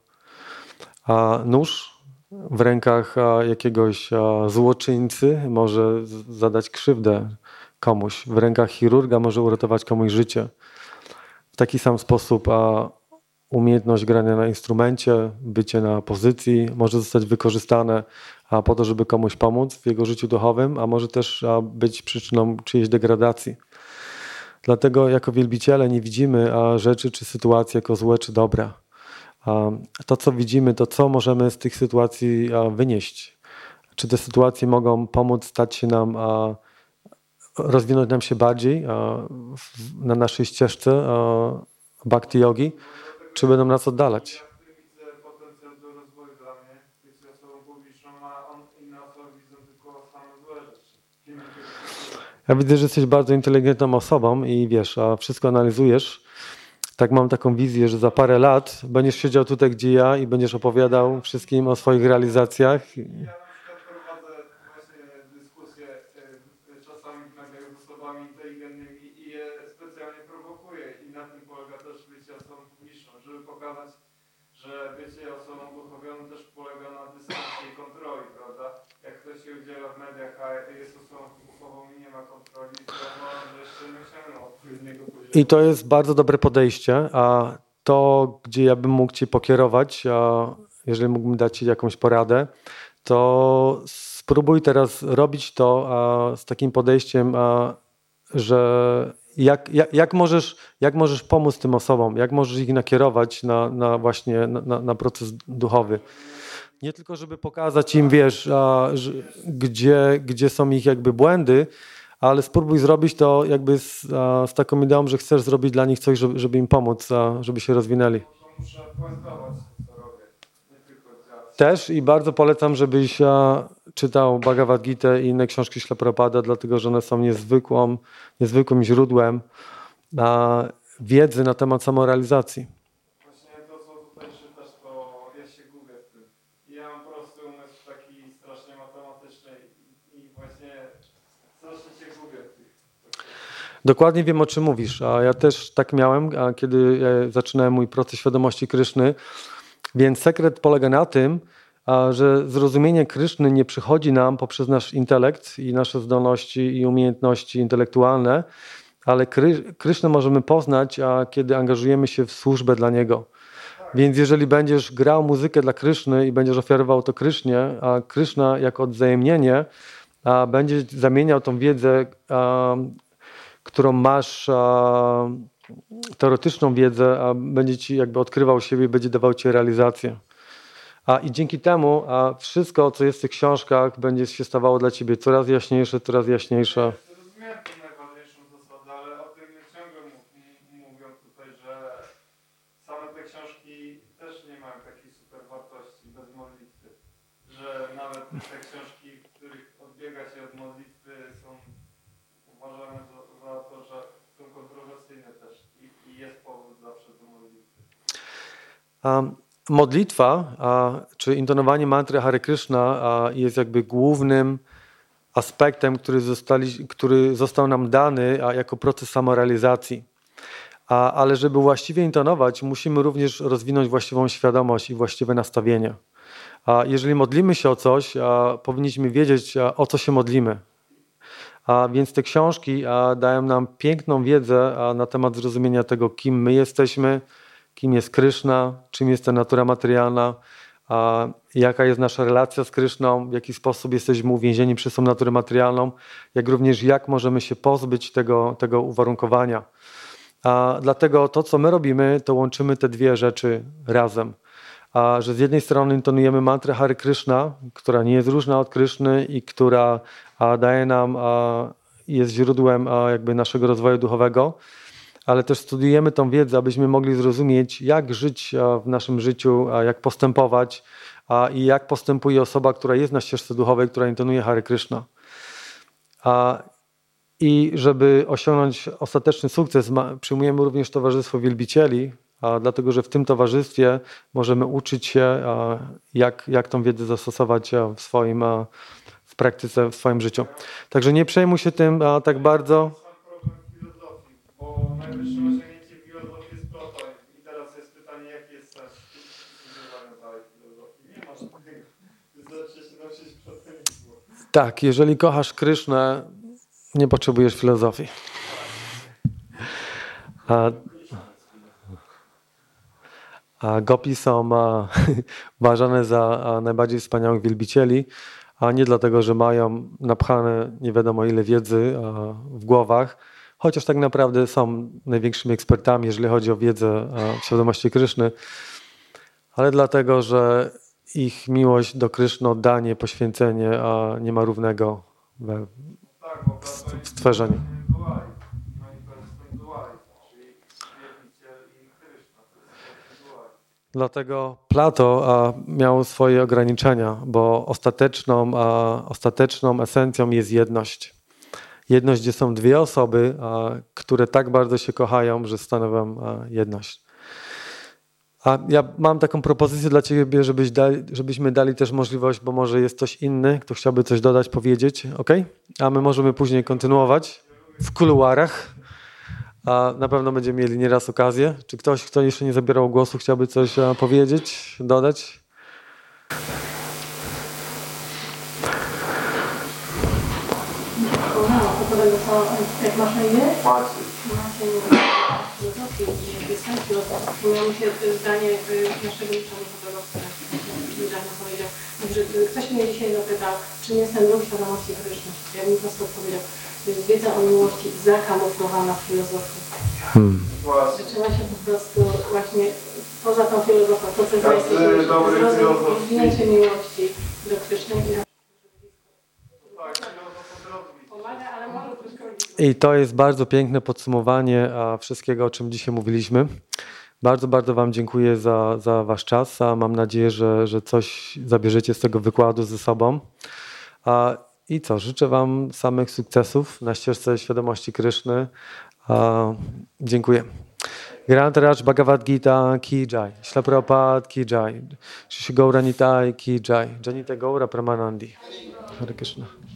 A nóż w rękach jakiegoś złoczyńcy może zadać krzywdę komuś. W rękach chirurga może uratować komuś życie. W taki sam sposób umiejętność grania na instrumencie, bycie na pozycji może zostać wykorzystane po to, żeby komuś pomóc w jego życiu duchowym, a może też być przyczyną czyjejś degradacji. Dlatego jako wielbiciele nie widzimy rzeczy czy sytuacji jako złe czy dobre. To, co widzimy, to co możemy z tych sytuacji wynieść. Czy te sytuacje mogą pomóc stać się nam, rozwinąć nam się bardziej na naszej ścieżce bhakti yogi, czy będą nas oddalać? Ja widzę potencjał do rozwoju dla mnie, być osobą publiczną, a on, inne osoby widzą tylko same złe rzeczy. Ja widzę, że jesteś bardzo inteligentną osobą i wiesz, a wszystko analizujesz. Tak mam taką wizję, że za parę lat będziesz siedział tutaj, gdzie ja i będziesz opowiadał wszystkim o swoich realizacjach. Ja na przykład prowadzę właśnie dyskusje czasami w mediach z osobami inteligentnymi i je specjalnie prowokuję i na tym polega też bycie osobą publiczną, żeby pokazać, że bycie osobą duchowioną też polega na dystansie i kontroli, prawda? Jak ktoś się udziela w mediach, a jest osobą duchową i nie ma kontroli, to uważam, że jeszcze nie osiągnął odpowiedniego poziomu. I to jest bardzo dobre podejście, a to, gdzie ja bym mógł Cię pokierować, a jeżeli mógłbym dać Ci jakąś poradę, to spróbuj teraz robić to a, z takim podejściem, a, że jak, jak, jak, możesz, jak możesz pomóc tym osobom, jak możesz ich nakierować na, na właśnie na, na proces duchowy. Nie tylko, żeby pokazać im, wiesz, a, że, gdzie, gdzie są ich jakby błędy, ale spróbuj zrobić to jakby z, z taką ideą, że chcesz zrobić dla nich coś, żeby, żeby im pomóc, żeby się rozwinęli. Muszę puentować, co robię, nie tylko działać. Też i bardzo polecam, żebyś czytał Bhagavad Gitę i inne książki Śrila Prabhupada, dlatego że one są niezwykłą, niezwykłym źródłem wiedzy na temat samorealizacji. Właśnie to, co tutaj czytasz, to ja się gubię w tym. Ja mam prosty umysł taki strasznie matematyczny i właśnie strasznie się gubię w tych. Dokładnie wiem, o czym mówisz, a ja też tak miałem, a kiedy zaczynałem mój proces świadomości Kryszny, więc sekret polega na tym, a, że zrozumienie Kryszny nie przychodzi nam poprzez nasz intelekt i nasze zdolności i umiejętności intelektualne, ale Kry, Krysznę możemy poznać, a kiedy angażujemy się w służbę dla Niego. Więc jeżeli będziesz grał muzykę dla Kryszny i będziesz ofiarował to Krysznie, a Kryszna jako odwzajemnienie a będzie zamieniał tą wiedzę, a, którą masz, a, teoretyczną wiedzę, a będzie ci jakby odkrywał siebie i będzie dawał ci realizację. A i dzięki temu a wszystko, co jest w tych książkach, będzie się stawało dla ciebie coraz jaśniejsze, coraz jaśniejsze. Zrozumiałem tę najważniejszą zasadę, ale o tym ciągle mówią tutaj, że same te książki też nie mają takiej super wartości bez modlitwy. Że nawet te książki, w których odbiega się od modlitwy, są uważane za, za to, że są kontrowersyjne też i, i jest powód zawsze do modlitwy. Um, Modlitwa, a, czy intonowanie mantry Hare Krishna a, jest jakby głównym aspektem, który, zostali, który został nam dany a, jako proces samorealizacji. A, ale żeby właściwie intonować, musimy również rozwinąć właściwą świadomość i właściwe nastawienie. A jeżeli modlimy się o coś, a powinniśmy wiedzieć, a, o co się modlimy. A więc te książki a, dają nam piękną wiedzę a, na temat zrozumienia tego, kim my jesteśmy, kim jest Kryszna, czym jest ta natura materialna, a, jaka jest nasza relacja z Kryszną, w jaki sposób jesteśmy uwięzieni przez tą naturę materialną, jak również jak możemy się pozbyć tego, tego uwarunkowania. A dlatego to, co my robimy, to łączymy te dwie rzeczy razem. A że z jednej strony intonujemy mantrę Hare Kryszna, która nie jest różna od Kryszny i która a, daje nam, a, jest źródłem a, jakby naszego rozwoju duchowego, ale też studiujemy tą wiedzę, abyśmy mogli zrozumieć, jak żyć a, w naszym życiu, a, jak postępować a, i jak postępuje osoba, która jest na ścieżce duchowej, która intonuje Hare Kryszna. A, I żeby osiągnąć ostateczny sukces, ma, przyjmujemy również Towarzystwo Wielbicieli, a dlatego, że w tym towarzystwie możemy uczyć się, a, jak, jak tą wiedzę zastosować a, w swoim, a, w praktyce, w swoim życiu. Także nie przejmuj się tym a, tak bardzo. Sam problem filozofii, bo najwyższym osiągnięciem filozofii jest Platon. I teraz jest pytanie, jaki jest sens studiowania dalej filozofii? Nie ma żadnego. Wystarczy się nauczyć platonizmu. Tak, jeżeli kochasz Krysznę, nie potrzebujesz filozofii. A, a gopi są a, uważane za a, najbardziej wspaniałych wielbicieli, a nie dlatego, że mają napchane nie wiadomo ile wiedzy a, w głowach, chociaż tak naprawdę są największymi ekspertami, jeżeli chodzi o wiedzę a, w świadomości Kryszny, ale dlatego, że ich miłość do Kryszny, oddanie, poświęcenie a, nie ma równego we, w stworzeniu. Dlatego Plato a, miał swoje ograniczenia, bo ostateczną, a, ostateczną esencją jest jedność. Jedność, gdzie są dwie osoby, a, które tak bardzo się kochają, że stanowią a, jedność. A ja mam taką propozycję dla Ciebie, żebyś dali, żebyśmy dali też możliwość, bo może jest ktoś inny, kto chciałby coś dodać, powiedzieć, ok? A my możemy później kontynuować w kuluarach. A na pewno będziemy mieli nieraz okazję. Czy ktoś, kto jeszcze nie zabierał głosu, chciałby coś a, powiedzieć, dodać? Jak masz na imię? Macie. Macie filozofii i jaki jest sens filozofii. Przypomniało mi się zdanie naszego uczonego, który powiedział, że ktoś mnie dzisiaj zapytał, czym jest ten ruch świadomości Kryszny. Ja bym po prostu odpowiedział, to jest wiedza o miłości zakamuflowana w filozofii. Hmm. Że trzeba się po prostu właśnie poza tą filozofią, to co jest rozwinięcie miłości do Kryszny. I to jest bardzo piękne podsumowanie a, wszystkiego, o czym dzisiaj mówiliśmy. Bardzo, bardzo Wam dziękuję za, za Wasz czas. A mam nadzieję, że, że coś zabierzecie z tego wykładu ze sobą. A, I co? Życzę Wam samych sukcesów na ścieżce świadomości Kryszny. A, dziękuję. Grant Raj Bhagavad Gita Ki Jai. Śla Prabhupada Ki Jai. Shri Gaura Nitai Ki Jai. Janita Gaura Pramanandi. Hare Krishna.